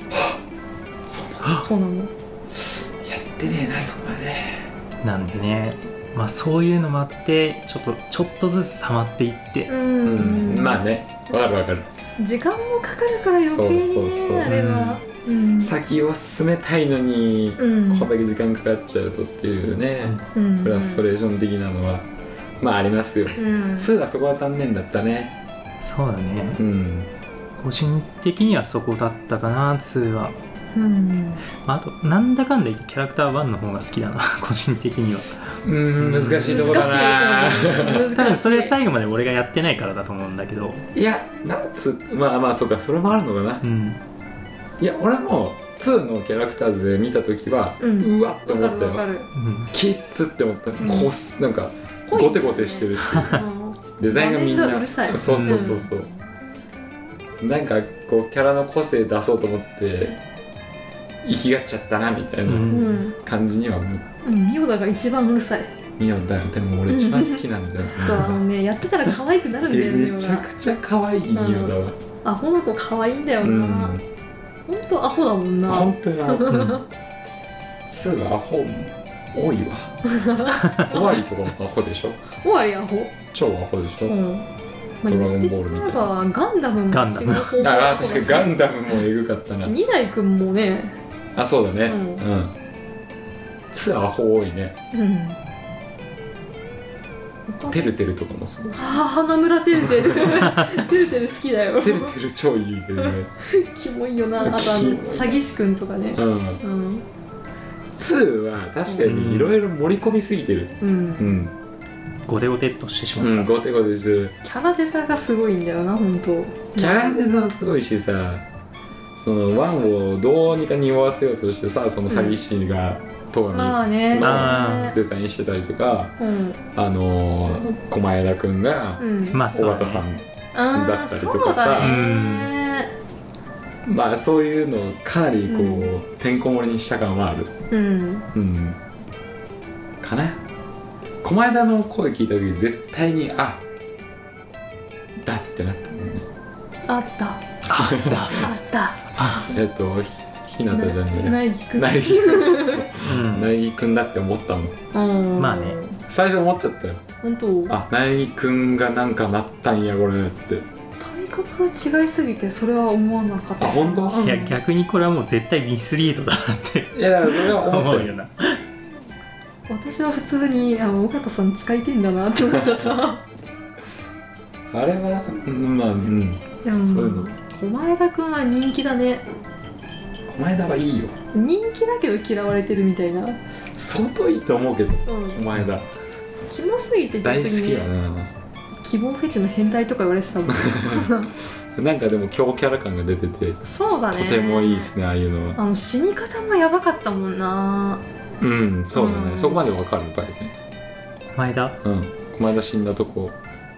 そうなの。やってねえな、そこまで。 なんでね、まあそういうのもあってちょっとずつハマっていって、 まあね、わかる。 時間もかかるから余計にね、あれは、 先を進めたいのに、こんだけ時間かかっちゃうとっていうね、フラストレーション的なのはまあありますよ。2はそこは残念だったね。 そうだね、個人的にはそこだったかな、2は。あとなんだかんだ言ってキャラクター1の方が好きだな個人的には。 難しいとこだな。 多分それ最後まで俺がやってないからだと思うんだけど。 いや、まあそうか、それもあるのかな。いや、俺も2のキャラクターズで見た時は、うわっと思ったよ。キッズって思った。なんかゴテゴテしてるし、デザインがみんなそうなんかこうキャラの個性出そうと思って生きがっちゃったなみたいな感じには思う。 ミオダが一番うるさい。 ミオダ、でも俺一番好きなんだよ。 そうね、やってたら可愛くなるんだよ。 めちゃくちゃ可愛いミオダは。 アホの子可愛いんだよな。本当アホだもんな。 本当にアホ。2はアホ多いわ。終わりとかもアホでしょ。 終わりアホ。 超アホでしょ。ドラゴンボールみたいな。 ガンダムも違う方向。 確かにガンダムもエグかったな。 二代くんもね。 そうだね。2アホ多いね。てるてるとかもそうです。 花村てるてる。てるてる好きだよ。 てるてる超いいけどね。 キモいよな。あと詐欺師くんとかね。 2は確かにいろいろ盛り込みすぎてる。 ゴテゴテっとしてしまった。 ゴテゴテしてる。 キャラデザがすごいんだよな、本当。 キャラデザもすごいしさ、そのワンをどうにか匂わせようとしてさ、その詐欺師が戸上のデザインしてたりとか、駒枝くんが尾形さんだったりとかさ、まあそういうのをかなりこうてんこ盛りにした感はある。かな。駒枝の声聞いた時絶対にだってなったもんね。 あったひなたじゃねえ、 苗木くん苗木くんだって思ったもん。まあね、 最初思っちゃったよ。 本当。 苗木くんがなんかなったんやこれって。 体格が違いすぎてそれは思わなかった。 本当？ いや逆にこれはもう絶対ミスリードだなって。 いやだからそれは思ったよな。 私は普通に尾形さん使いてんだなって思っちゃった。 あれはそういうの。 駒枝くんは人気だね。 駒枝はいいよ。 人気だけど嫌われてるみたいな。 相当いいと思うけど、駒枝キモすぎて大好きやな。 希望フェチの変態とか言われてたもん。 なんかでも強キャラ感が出てて、 そうだね、 とてもいいですね、ああいうのは。 死に方もやばかったもんな。 そうだね、そこまでわかるパイセン。 駒枝死んだとこ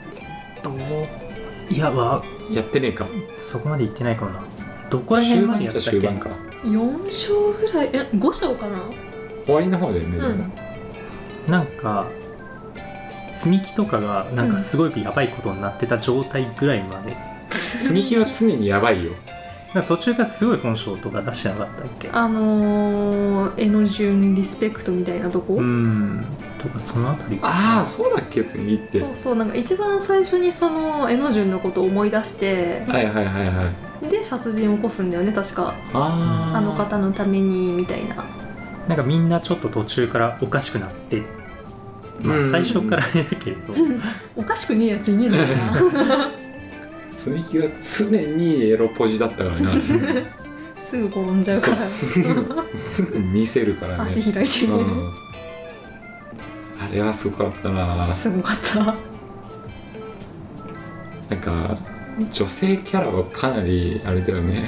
いややってねえか。 そこまで行ってないかもな。どこら辺までやったっけ。 終盤か。 4章ぐらい5章かな。 終わりの方だよね。 なんか積み木とかがなんかすごいやばいことになってた状態ぐらいまで、 積み木は常にやばいよ。 途中からすごい本性とか出してなかったっけ？ 江ノ順リスペクトみたいなとこ？ とかそのあたりか。 ああ、そうだっけ、積み木って。 そうそう、なんか一番最初にその江ノ順のことを思い出して、 はいはいはいはい。 で殺人を起こすんだよね確か。あの方のためにみたいな。 なんかみんなちょっと途中からおかしくなって、まあ最初からあれだけれど、 おかしくねえやついねえんだよな。 積み木は常にエロポジだったからな。 すぐ転んじゃうから。 すぐ見せるからね。 足開いてね。 あれはすごかったな。 すごかった。 なんか女性キャラはかなりあれだよね。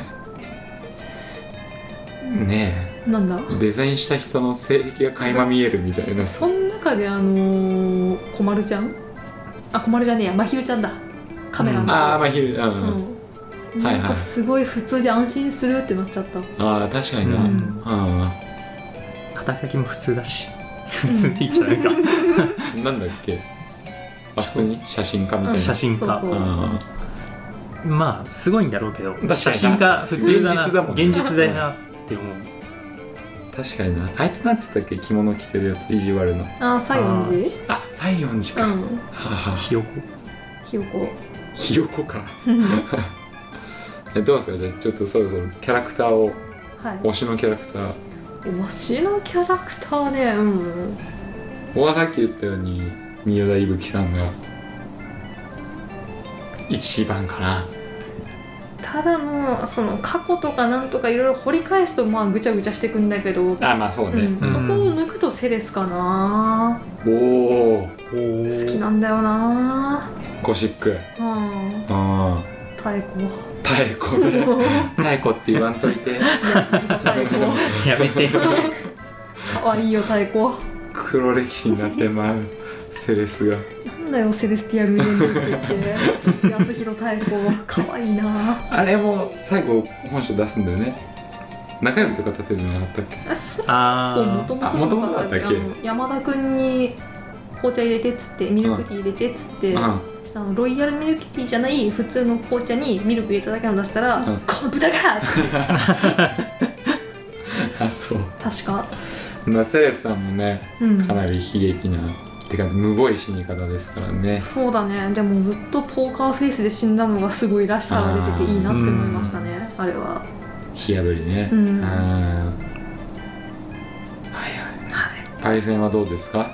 ねえ。 なんだ。 デザインした人の性癖が垣間見えるみたいな。 その中で小丸ちゃん？小丸じゃねえや、まひるちゃんだ。カメラの。 まひる。 なんかすごい普通で安心するってなっちゃった。 確かにな。 肩書きも普通だし。普通って言っちゃないか。 なんだっけ。普通に写真家みたいな。 写真家。まあすごいんだろうけど、写真家普通だな。現実だなって思う。 確かにな。あいつなんつったっけ、着物着てるやつ、意地悪の。 西園寺。 西園寺か。 ひよこ。 ひよこか。どうですか、じゃあちょっとそろそろキャラクターを、推しのキャラクター。 推しのキャラクターね。 僕はさっき言ったように宮田伊吹さんが一番かな。 ただのその過去とかなんとかいろいろ掘り返すとまあぐちゃぐちゃしてくんだけど、 まあそうね、 そこを抜くとセレスかな。 好きなんだよな。 ゴシック。 太鼓太鼓って言わんといて。 やめて。 かわいいよ太鼓。 黒歴史になってまうセレスが。 なんだよセレスティアルエンデって言って安弘太鼓かわいいな。 あれも最後本性出すんだよね。中指とか立てるのなかったっけ。 もともとだったっけ。山田君に紅茶入れてっつって、ミルクティー入れてっつって、ロイヤルミルクティーじゃない普通の紅茶にミルク入れただけの出したら、この豚がっつってそう確か。 セレスさんもね、かなり悲劇なてかむごい死に方ですからね。 そうだね。でもずっとポーカーフェイスで死んだのがすごいらしさが出てていいなって思いましたね。あれは火宿りね。パイセンはどうですか。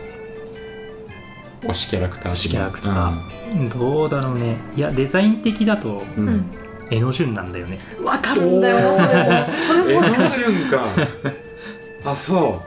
推しキャラクター。 どうだろうね。いやデザイン的だと江ノ順なんだよね。 わかるんだよな。それも江ノ順か。そう。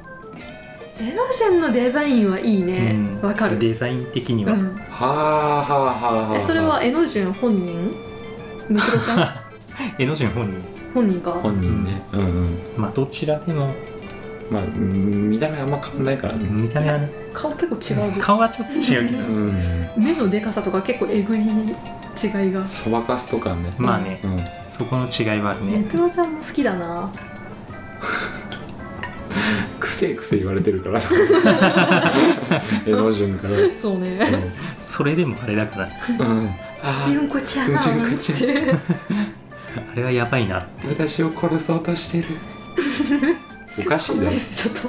江ノ順のデザインはいいね。わかる。 デザイン的には。 それは江ノ順本人？ムクロちゃん？ 江ノ順本人か。 本人ね。 まあどちらでも。 まあ見た目あんま変わんないからね。 見た目はね。 顔結構違うぞ。 顔はちょっと違うけど。 目のでかさとか結構えぐい違いが。 そばかすとかね。 まあね。そこの違いはあるね。 ムクロちゃんも好きだな。 くせ言われてるから江ノ順から。 そうね、 それでもあれだから純子ちゃんってあれはやばいなって。 私を殺そうとしてるおかしいだろちょっと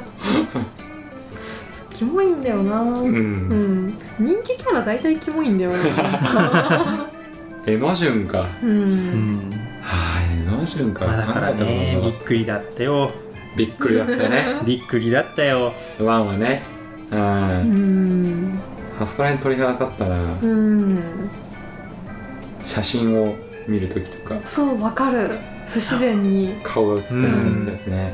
キモいんだよな。人気キャラ大体キモいんだよな。 江ノ順か。江ノ順か。 だからね、びっくりだったよ。 びっくりだったね。 びっくりだったよ。 ワンはね。あそこら辺鳥肌立ったな。写真を見るときとか。 そう、わかる。不自然に顔が映ってるやつね。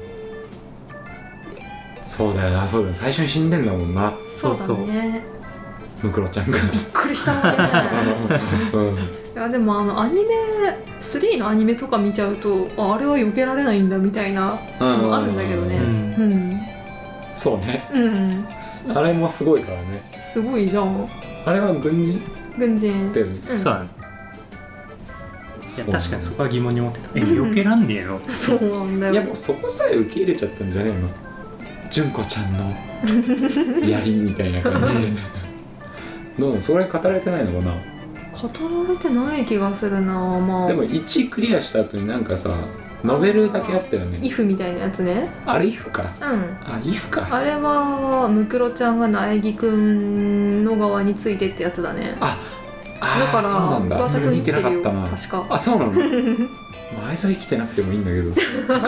そうだよな、そうだよ。最初に死んでんだもんな。 そうだね。 ムクロちゃんがびっくりしたもんね。いやでもアニメ3のアニメとか見ちゃうとあれは避けられないんだみたいな気もあるんだけどね。 そうね。あれもすごいからね。 すごいじゃん。 あれは軍人ってそうだね。いや確かにそこは疑問に思ってた。避けらんねえの。 そうなんだよ。 いやもうそこさえ受け入れちゃったんじゃねえの。 純子ちゃんの槍みたいな感じでどうなの、それ語られてないのかな。 語られてない気がするな。まあでも1クリアした後になんかさノベルだけあったよね。 イフみたいなやつね。 あれイフか。 うん。 あ、イフか。 あれはムクロちゃんが苗木くんの側についてってやつだね。 あだからそうなんだ。それ見てなかったな。 確か。 あ、そうなの。まああいつは生きてなくてもいいんだけど。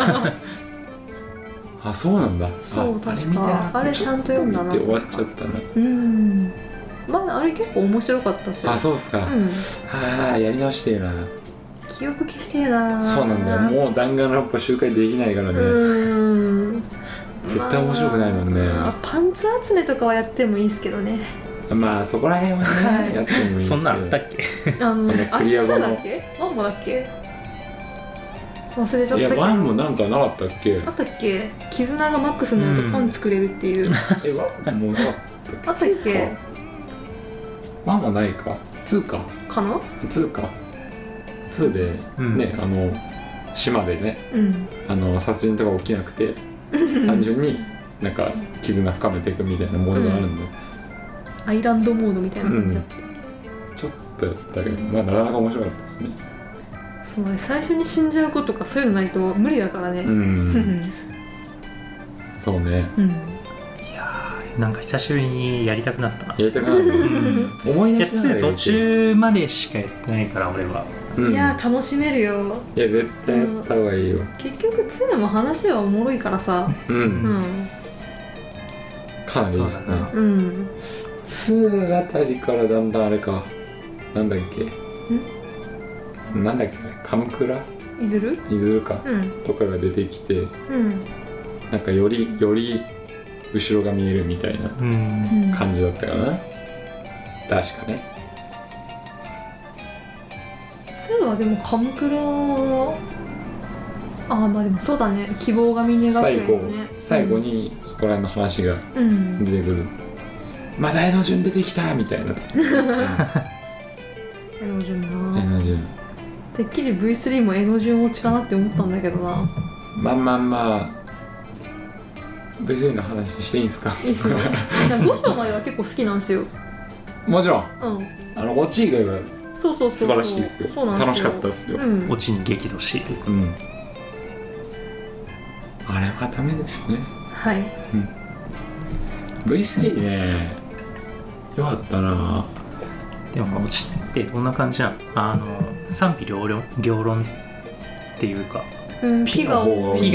あ、そうなんだ。 そう確か。あれちゃんと読んだな。 終わっちゃったな。 まああれ結構面白かったっすよ。 あ、そうっすか。やり直してえな。 記憶消してえな。 そうなんだよ。もう弾丸論破周回できないからね。絶対面白くないもんね。 パンツ集めとかはやってもいいですけどね。 まあそこら辺はね、やってもいいですけど。 そんなんあったっけ？ あれそうだっけ？ワンもだっけ？忘れちゃったけど。 いや、ワンもなんかなかったっけ？ あったっけ？絆がマックスになるとパン作れるっていう。 ワンもなかったっけ？ あったっけ？ ワンもないか。2か。 かな ？2か。2でね、島でね、殺人とか起きなくて単純になんか絆深めていくみたいなモードがあるんで、 アイランドモードみたいな感じだった、 ちょっとやったけど、まあなかなか面白かったですね。 そうね、最初に死んじゃうこととかそういうのないと無理だからね。 そうね。 いやー、なんか久しぶりにやりたくなったな。 やりたくなった思い出しながら途中までしかやってないから俺は。 いや楽しめるよ。 いや絶対やった方がいいよ。 結局2も話はおもろいからさ。 かなりいいですね。2あたりからだんだんあれか、なんだっけカムクラいずるか、とかが出てきて、なんかより後ろが見えるみたいな感じだったかな、確かね。 2はでもカムクラまあでもそうだね、希望が見願ってるよね。 最後にそこら辺の話が出てくる、また江ノ順出てきたみたいな江ノ順な。てっきり V3 も江ノ順落ちかなって思ったんだけどな。 まあ V3 の話していいんですか？ いいっすよ。5章までは結構好きなんですよ。 もちろんオチ以外は素晴らしいですよ。楽しかったですよ。 オチに激怒している。 あれはダメですね。 はい。 V3 ね、よかったな。 でもオチってどんな感じなの？賛否両論っていうか、 ピが多い。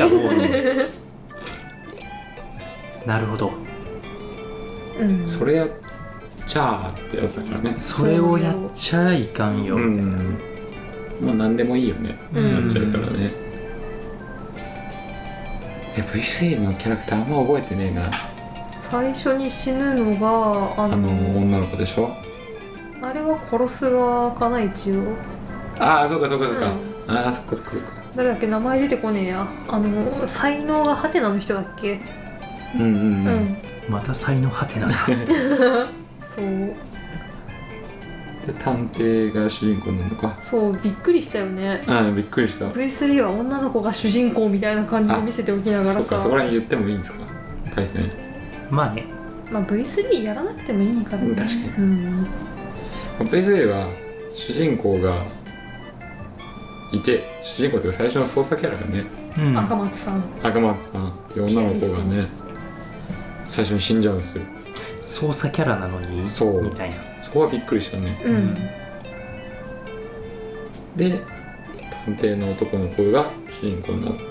なるほど。 それやっちゃーってやつだからね。 それをやっちゃいかんよみたいな。 もう何でもいいよね。やっちゃうからね。V3 のキャラクターあんま覚えてねえな。 最初に死ぬのが女の子でしょ。 あれは殺す側かな一応。 そうか。そっか。 誰だっけ、名前出てこねえや。才能がハテナの人だっけ。 また才能ハテナだ。 そうで探偵が主人公なのか。 そう、びっくりしたよね。 びっくりした。 V3 は女の子が主人公みたいな感じで見せておきながらさ。 そこら辺言ってもいいんですか、対戦。 まあね、 V3 やらなくてもいいからね。 確かに、V3 は主人公がいて、主人公というか最初の操作キャラがね、 赤松さんっていう女の子がね最初に死んじゃうんですよ。 操作キャラなのにみたいな。 そこはびっくりしたね。で探偵の男の子が主人公になって、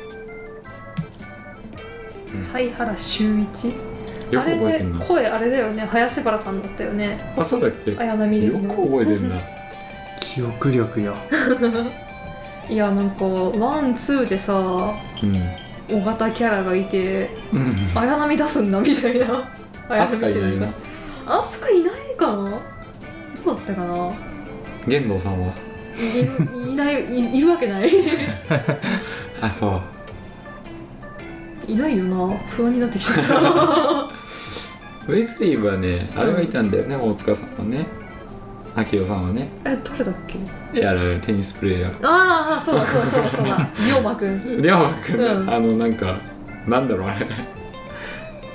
犀原秀一。 よく覚えてんな。 声あれだよね、林原さんだったよね。 そうだっけ。 綾波レイの。 よく覚えてんな。 記憶力よ。 いや、なんか1、2でさ、大型キャラがいて、綾波出すんだみたいな。 アスカいないな。 アスカいないかな。どうだったかな。 玄道さんはいない、いるわけない。 そういないよな。不安になってきちゃった。 ウェスリーはね、あれはいたんだよね、大塚さんはね、秋代さんはね。 誰だっけ。 テニスプレーヤー。 そうだ龍馬くん。 龍馬くん、なんかなんだろうあれ、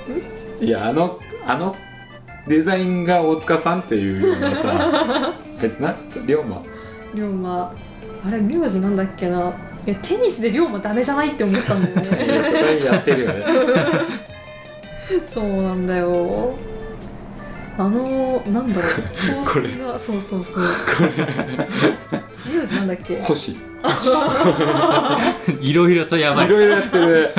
いやあのデザインが大塚さんっていうようなさあいつなんつった龍馬あれ名字なんだっけな。いやテニスで龍馬ダメじゃないって思ったんだよねそれやってるよねそうなんだよ。なんだろう公式がそう名字なんだっけ。 星いろいろとやばい。 いろいろやってる、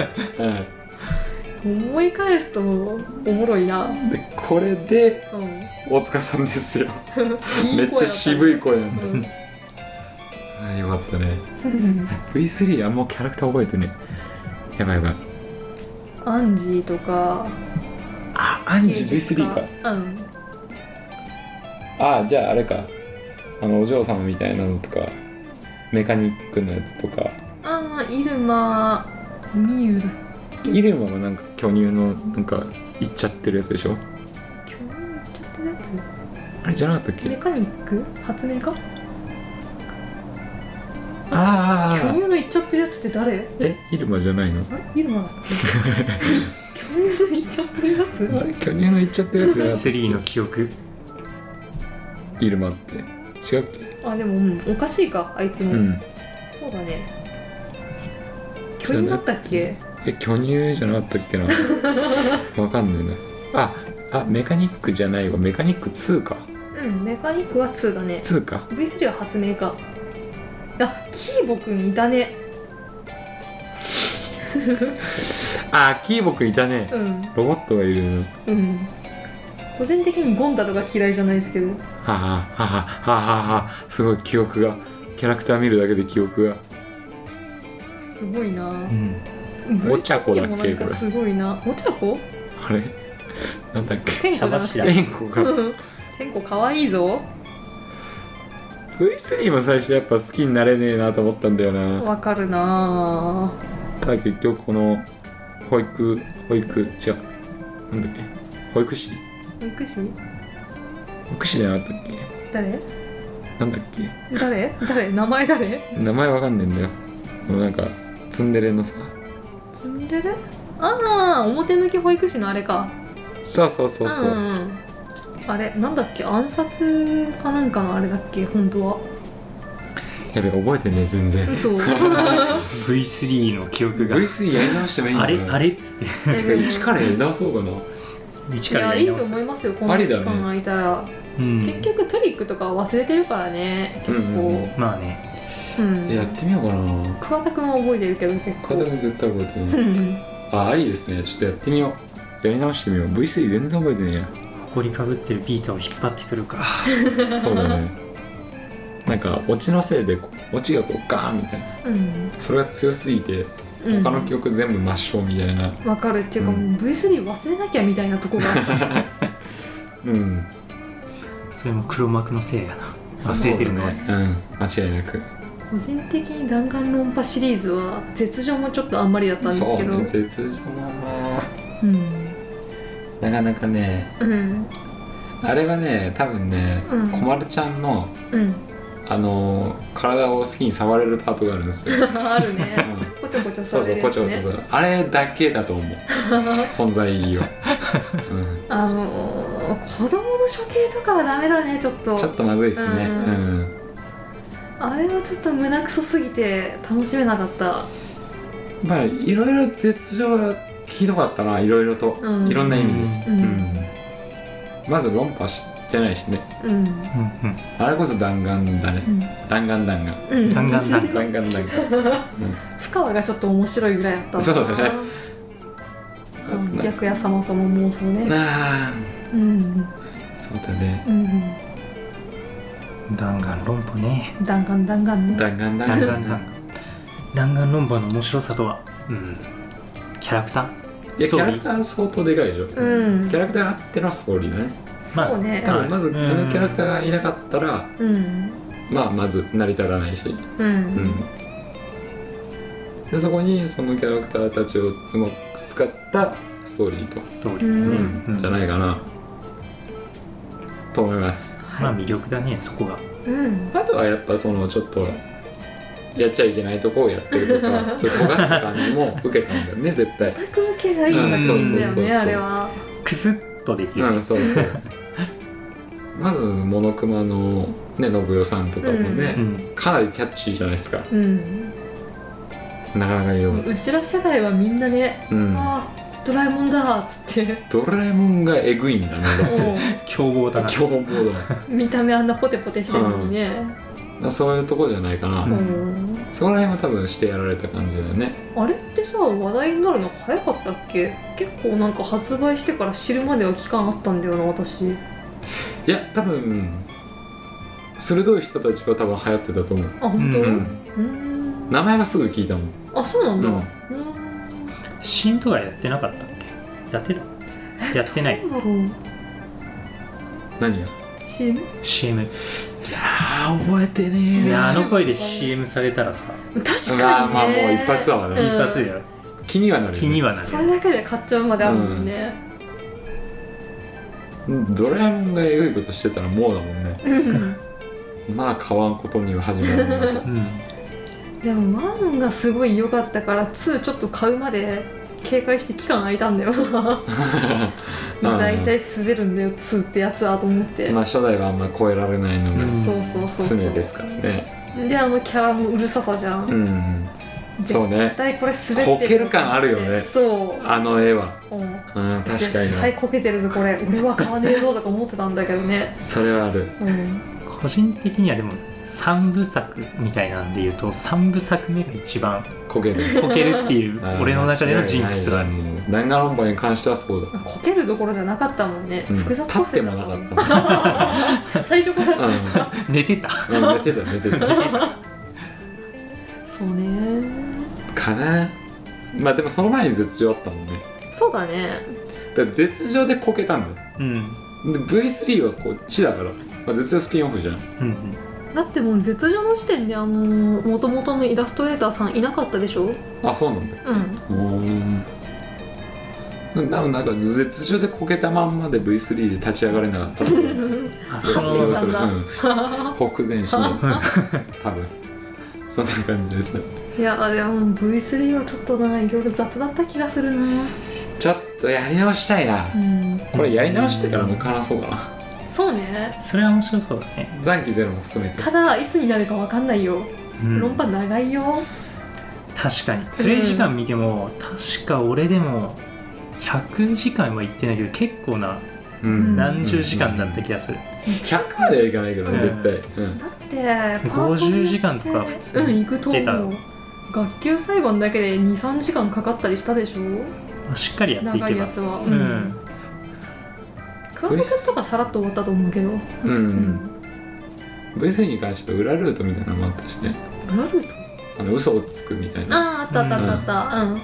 思い返すとおもろいな。 でこれで、大塚さんですよめっちゃ渋い声なんだ、よかったねV3 あんまキャラクター覚えてね。やばいアンジーとか。 アンジー V3 か。じゃああれか、お嬢様みたいなのとかメカニックのやつとか。 イルマミユル。 イルマはなんか巨乳のなんかいっちゃってるやつでしょ。 巨乳いっちゃってるやつあれじゃなかったっけ。 メカニック発明家。巨乳のいっちゃってるやつって誰。 イルマじゃないの。 イルマだっけ巨乳のいっちゃってるやつ。 巨乳のいっちゃってるやつじゃなかった。 3の記憶イルマって違うっけ。 でも、おかしいかあいつも、そうだね。巨乳だったっけ。 巨乳じゃなかったっけなわかんないな。メカニックじゃないわ。メカニック2か。 メカニックは2だね。 2か。 V3 は発明家。キーボくんいたねキーボくんいたね、ロボットがいるの。 個人的にゴンダルが嫌いじゃないですけど。 すごい記憶が、キャラクター見るだけで記憶がすごいな。 お茶子だっけこれ。 すごいな。お茶子。 あれなんだっけ。 天子じゃなくて天子か天子かわいいぞ。 V3 も最初やっぱ好きになれねえなと思ったんだよな。 わかるな。 ただ結局この保育違うなんだっけ、保育士じゃなかったっけ。 誰なんだっけ。 誰名前わかんねえんだよ。なんかツンデレのさ。 ツンデレ。表向き保育士のあれか。 そう、 あれなんだっけ、暗殺かなんかのあれだっけ本当は。 やべ覚えてね全然。 そう V3 の記憶が V3 やり直してもいいんだよ。 あれっつって一からやり直そうかな。 一からやり直す。 いいと思いますよ。こんな期間空いたら、結局トリックとか忘れてるからね結構、 まあね、 やってみようかな。 桑田くんは覚えてるけど結構。 桑田くん絶対覚えてるありですね。ちょっとやってみよう。やり直してみよう。 V3 全然覚えてねえや。 埃かぶってるビータを引っ張ってくるかそうだね。なんかオチのせいでオチがこうガーンみたいな、それが強すぎて他の曲全部抹消みたいな。 わかる。っていうか、もう V3 忘れなきゃみたいなとこがそれも黒幕のせいやな。忘れてるのは間違いなく。 個人的に弾丸論破シリーズは絶情もちょっとあんまりだったんですけど。 絶情もなかなかね、あれはね多分ね、こまるちゃんの、体を好きに触れるパートがあるんですよあるね、こちょこちょ触れるやつね。 そうあれだけだと思う存在意義は子供の処刑とかはダメだね。ちょっとまずいですね。 あれはちょっと胸クソすぎて楽しめなかった。 いろいろ絶情はひどかったな。いろいろと、いろんな意味で、まず論破してないしね、あれこそ弾丸だね、弾丸深川がちょっと面白いぐらいだった。 そうだね。 白夜様との妄想ね。 そうだね。 弾丸論破ね。 弾丸ね。 弾丸論破の面白さとは、キャラクター。 キャラクター相当でかいでしょ。キャラクターあってのストーリーだね。 そうね。 多分まずこのキャラクターがいなかったら、まず成り立たないし、でそこにそのキャラクターたちをうまく使ったストーリーじゃないかなと思います。 魅力だねそこが。 あとはやっぱそのちょっとやっちゃいけないとこをやってるとかそういう尖った感じも受けたんだよね絶対。 オタク向けがいい作品だよね、あれは。 クスッとできる、 そうそうまずモノクマのね信代さんとかもね、かなりキャッチーじゃないですか、なかなかようちら世代はみんなね、ドラえもんだっつってドラえもんがエグいんだね凶暴だな凶暴だ見た目あんなポテポテしてるのにね、 そういうとこじゃないかな、そこら辺は多分してやられた感じだよね。 あれってさ話題になるの早かったっけ？結構なんか発売してから知るまでは期間あったんだよな私。いや多分鋭い人たちは多分流行ってたと思う。 あ本当？ 名前はすぐ聞いたもん。 あそうなんだ。 CM とかやってなかったっけ？やってた？やってない。 どうだろう。 何が ？CM。 いやー覚えてねえ。 いやあの声で CM されたらさ。 確かにね。 まあもう一発だわね。 一発だよ。 気にはなる。 気にはなる。 それだけで買っちゃうまであるもんね。 ドラえもんがエグいことしてたらもうだもんね。まあ買わんことには始まるんだと。 でも1がすごい良かったから2ちょっと買うまで警戒して期間空いたんだよなだいたい滑るんだよ2ってやつはと思って。 まあ初代はあんま超えられないのが常ですからね。 でキャラのうるささじゃん。 そうね。 絶対これ滑ってるこける感あるよね。 そうあの絵は。確かに。 絶対こけてるぞこれ。俺は買わねえぞとか思ってたんだけどね。 それはある。 個人的にはでも3部作みたいなんで言うと3部作目が一番こけるっていう俺の中でのジンクスがある。 弾丸論破に関してはそうだ。 こけるどころじゃなかったもんね。複雑立ってもなかったもん。 最初から寝てた。 寝てた。 そうねかな。まあでもその前に絶情あったもんね。 そうだね。 だから絶情でこけたんだよ。で V3 はこっちだから、まあ、絶情スピンオフじゃん。 だってもう絶情の時点で元々のイラストレーターさんいなかったでしょ。 あ、そうなんだ。なんか絶情でこけたまんまで V3 で立ち上がれなかったって要する北前市民多分そんな感じですね。 いやでも V3 はちょっとないろいろ雑だった気がするな。 ちょっとやり直したいな、これやり直してからもう話そうかな。 そうね、 それは面白そうだね。 残機ゼロも含めて。 ただいつになるか分かんないよ、論破長いよ。 確かにプレイ時間見ても、確か俺でも100時間は行ってないけど結構な何十時間だった気がする。 100まではいかないけどね、絶対、 だって 50時間とか普通に行くと思う。学級裁判だけで 2,3 時間かかったりしたでしょ。 しっかりやっていけば。 長いやつはクワト君とかさらっと終わったと思うけど。 V3 に関しては裏ルートみたいなのもあったしね。 裏ルート？ 嘘をつくみたいな。 あったあ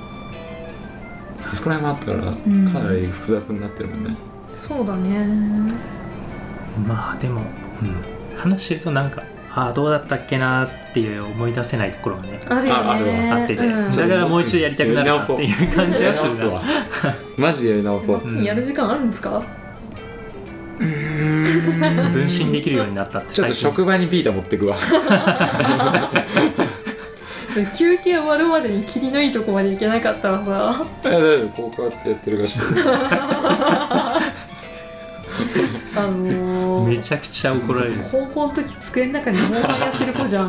そこら辺もあったからかなり複雑になってるもんね。 そうだね。 まあでも、話してるとなんかどうだったっけなっていう思い出せないところがねあるよね。 あってて、だからもう一度やりたくなるなっていう感じはするな。 マジでやり直そう。 やる時間あるんですか？ 分身できるようになったって。 ちょっと職場にビータ持ってくわ。 休憩終わるまでにキリのいいとこまで行けなかったらさ。 大丈夫、こうやってやってるかしら。めちゃくちゃ怒られる。 高校の時机の中にモンハンやってる子じゃん。い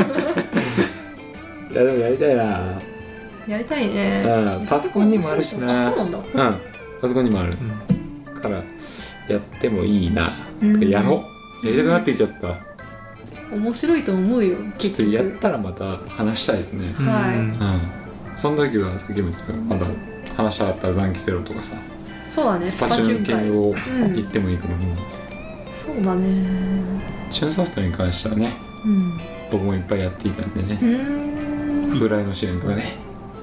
やでもやりたいな。 やりたいね。 パソコンにもあるしな。 そうなんだ。 パソコンにもある。からやってもいいな。やろう。やりたくなってきちゃった。 面白いと思うよ。 ちょっとやったらまた話したいですね。その時はさっきも言ったまだ話したかった残機ゼロとかさ。 そうだね。 スパチュン系を言ってもいいかもしれない。 そうだね。 チューンソフトに関してはね、僕もいっぱいやっていたんでね。フライの試練とかね。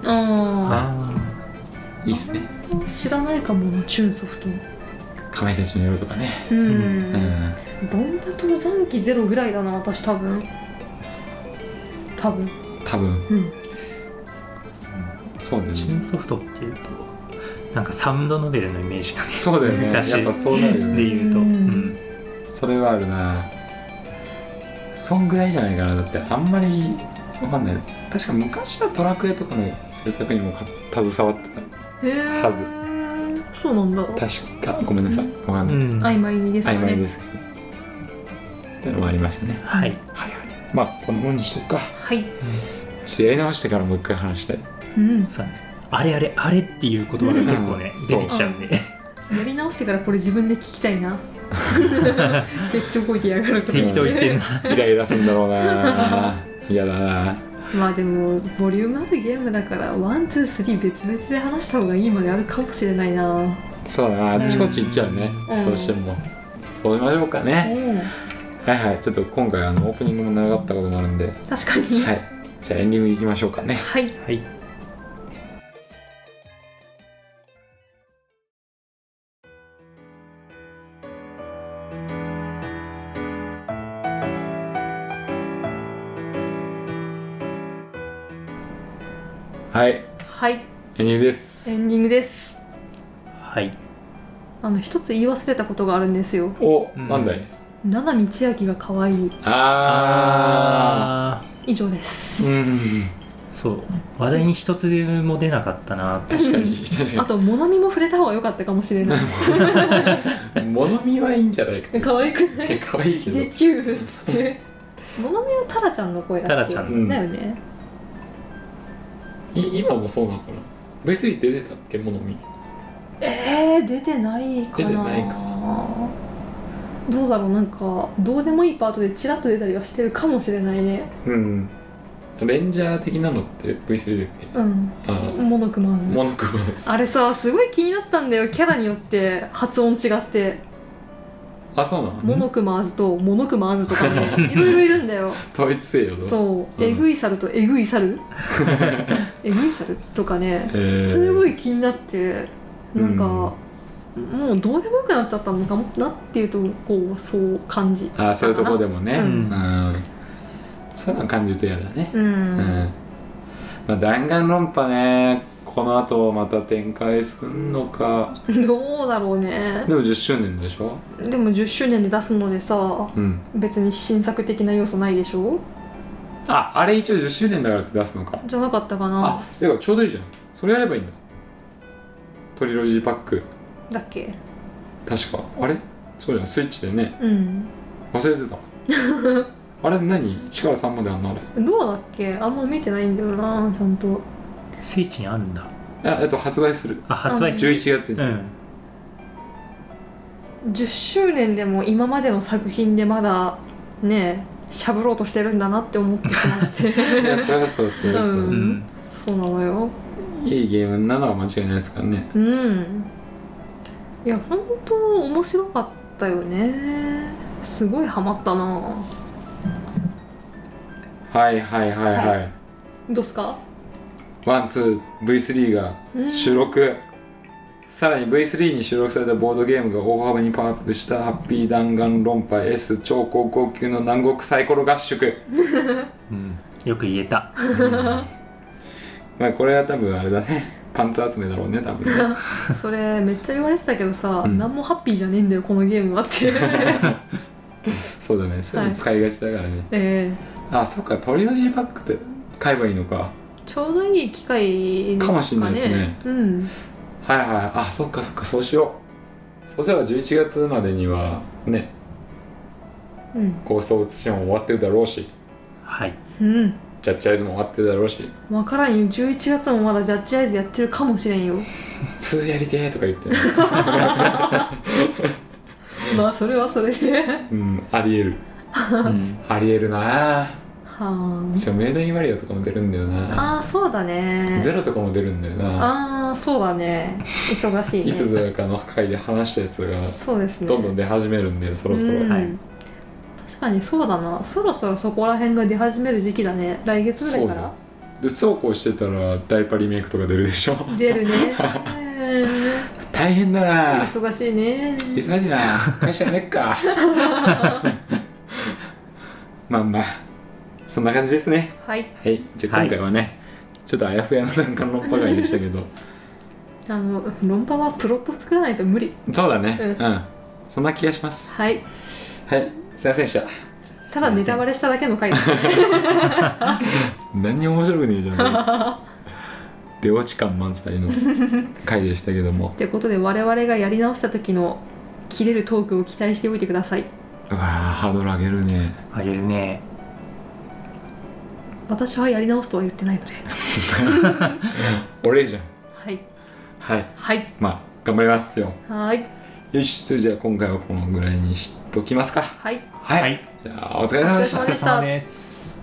いいっすね。 知らないかもな、チューンソフト。 かまいたちの夜とかね。 ボンバと残機ゼロぐらいだな、私多分。 そうだね。 チューンソフトっていうとなんかサウンドノベルのイメージがね。 そうだよね。やっぱそうなるよね。 で言うと、 それはあるな。そんぐらいじゃないかな。だってあんまりわかんない。確か昔はドラクエとかの制作にも携わってたはず。 そうなんだ。 確かごめんなさい、わかんない、 曖昧ですね。 曖昧ですけどってのもありましたね。 はい、 はいはい。まあこんなもんにしとくか。 はい。 やり直してからもう一回話したい。 そうね。あれっていう言葉が結構ね、出てきちゃうんで。 やり直してからこれ自分で聞きたいな。適当こいてやがると適当言ってんな。 イライラするんだろうな。嫌だな。 まあでもボリュームあるゲームだから1、2、3別々で話した方がいいまであるかもしれないな。 そうだな、あっちこっち行っちゃうね、どうしても。そうしましょうかね。はいはい。ちょっと今回オープニングも長かったこともあるんで、 確かに。 はい。じゃあエンディングいきましょうかね。 はいはい。 はい。 はい。 エンディングです。 エンディングです。 はい。 一つ言い忘れたことがあるんですよ。 お、なんだい。 七海千秋が可愛い。以上です。 そう話題に一つも出なかったな。 確かに。 あと物見も触れた方が良かったかもしれない。 物見はいいんじゃないか。 可愛くない？ 可愛いけど。 でチューっつって。物見はタラちゃんの声だっけ？ タラちゃんだよね。 今もそうなのかな。V3 出てたっけ、物見。 出てないかな。 出てないか。 どうだろう、なんかどうでもいいパートでチラッと出たりはしてるかもしれないね。 レンジャー的なのって V3 だっけ？ モノクマーズ。 モノクマーズ。 あれさ、すごい気になったんだよ。キャラによって発音違って。 そうなの？ モノクマーズとモノクマーズとかね、いろいろいるんだよ。 統一せよ。 そう、エグい猿とエグい猿エグい猿とかね、すごい気になって、なんか、もうどうでもよくなっちゃったのかなっていうと、こうそう感じ。 そういうとこでもね。そういうの感じると嫌だね。まあ弾丸論破ね、この後また展開すんのか。 どうだろうね。 でも10周年でしょ。 でも10周年で出すのでさ、別に新作的な要素ないでしょ。 あれ一応10周年だからって出すのか。 じゃなかったかな。 でもちょうどいいじゃん。それやればいいんだ。トリロジーパックだっけ。 確か。あれそうじゃん、スイッチでね。忘れてた。あれ何 ?1 から3まであんのあれ。 どうだっけ。あんま見てないんだよな、ちゃんと。 スイッチにあるんだ。 発売する。 発売する。 11月に。 10周年でも今までの作品でまだねしゃぶろうとしてるんだなって思ってしまって。 いや、そりゃそう。 そうなのよ。 いいゲームなのは間違いないですからね。 いや、本当面白かったよね。すごいハマったな。はい。どうすか。 1、2、V3 が収録、さらに V3 に収録されたボードゲームが大幅にパワーアップしたハッピー弾丸論破 S 超高校級の南国サイコロ合宿。 よく言えた。 まあこれは多分あれだね、パンツ集めだろうね、多分ね。 それめっちゃ言われてたけどさ、何もハッピーじゃねえんだよこのゲームはって。 そうだね、そういうの使いがちだからね。そっか、トリロジーパックで買えばいいのか。 ちょうどいい機会ですかね。 かもしれないですね。そっか、そうしよう。そうすれば11月までにはね、ゴースト・オブ・ツシマも終わってるだろうし、ジャッジアイズも終わってるだろうし。 分からんよ、11月もまだジャッジアイズやってるかもしれんよ。 2やりてーとか言って。 まあそれはそれで。 ありえる。ありえるな。しかもメイドインワリアとかも出るんだよな。 そうだね。 ゼロとかも出るんだよな。 そうだね。忙しいね。 いつぞかの回で話したやつがそうですね、 どんどん出始めるんで、そろそろ。 確かにそうだな。そろそろそこら辺が出始める時期だね。来月ぐらいから。 でそうこうしてたらダイパリメイクとか出るでしょ。 出るね。 大変だな。 忙しいね。 忙しいな。会社やめっか。まあそんな感じですね。 はい。 じゃあ今回はね、ちょっとあやふやな弾丸論破会でしたけど。 論破はプロット作らないと無理。 そうだね。そんな気がします。 はい。 すいませんでした。 ただネタバレしただけの回ですね何にも面白くねえじゃん出落ち感満載の回でしたけどもということで我々がやり直した時の切れるトークを期待しておいてください。 うわハードル上げるね。 上げるね。 私はやり直すとは言ってないので俺じゃん。 はいはいはい、 まあ頑張りますよ。 はいよし、それじゃあ今回はこのぐらいにしときますか。 はいはい、じゃあお疲れ様でした。 お疲れ様です。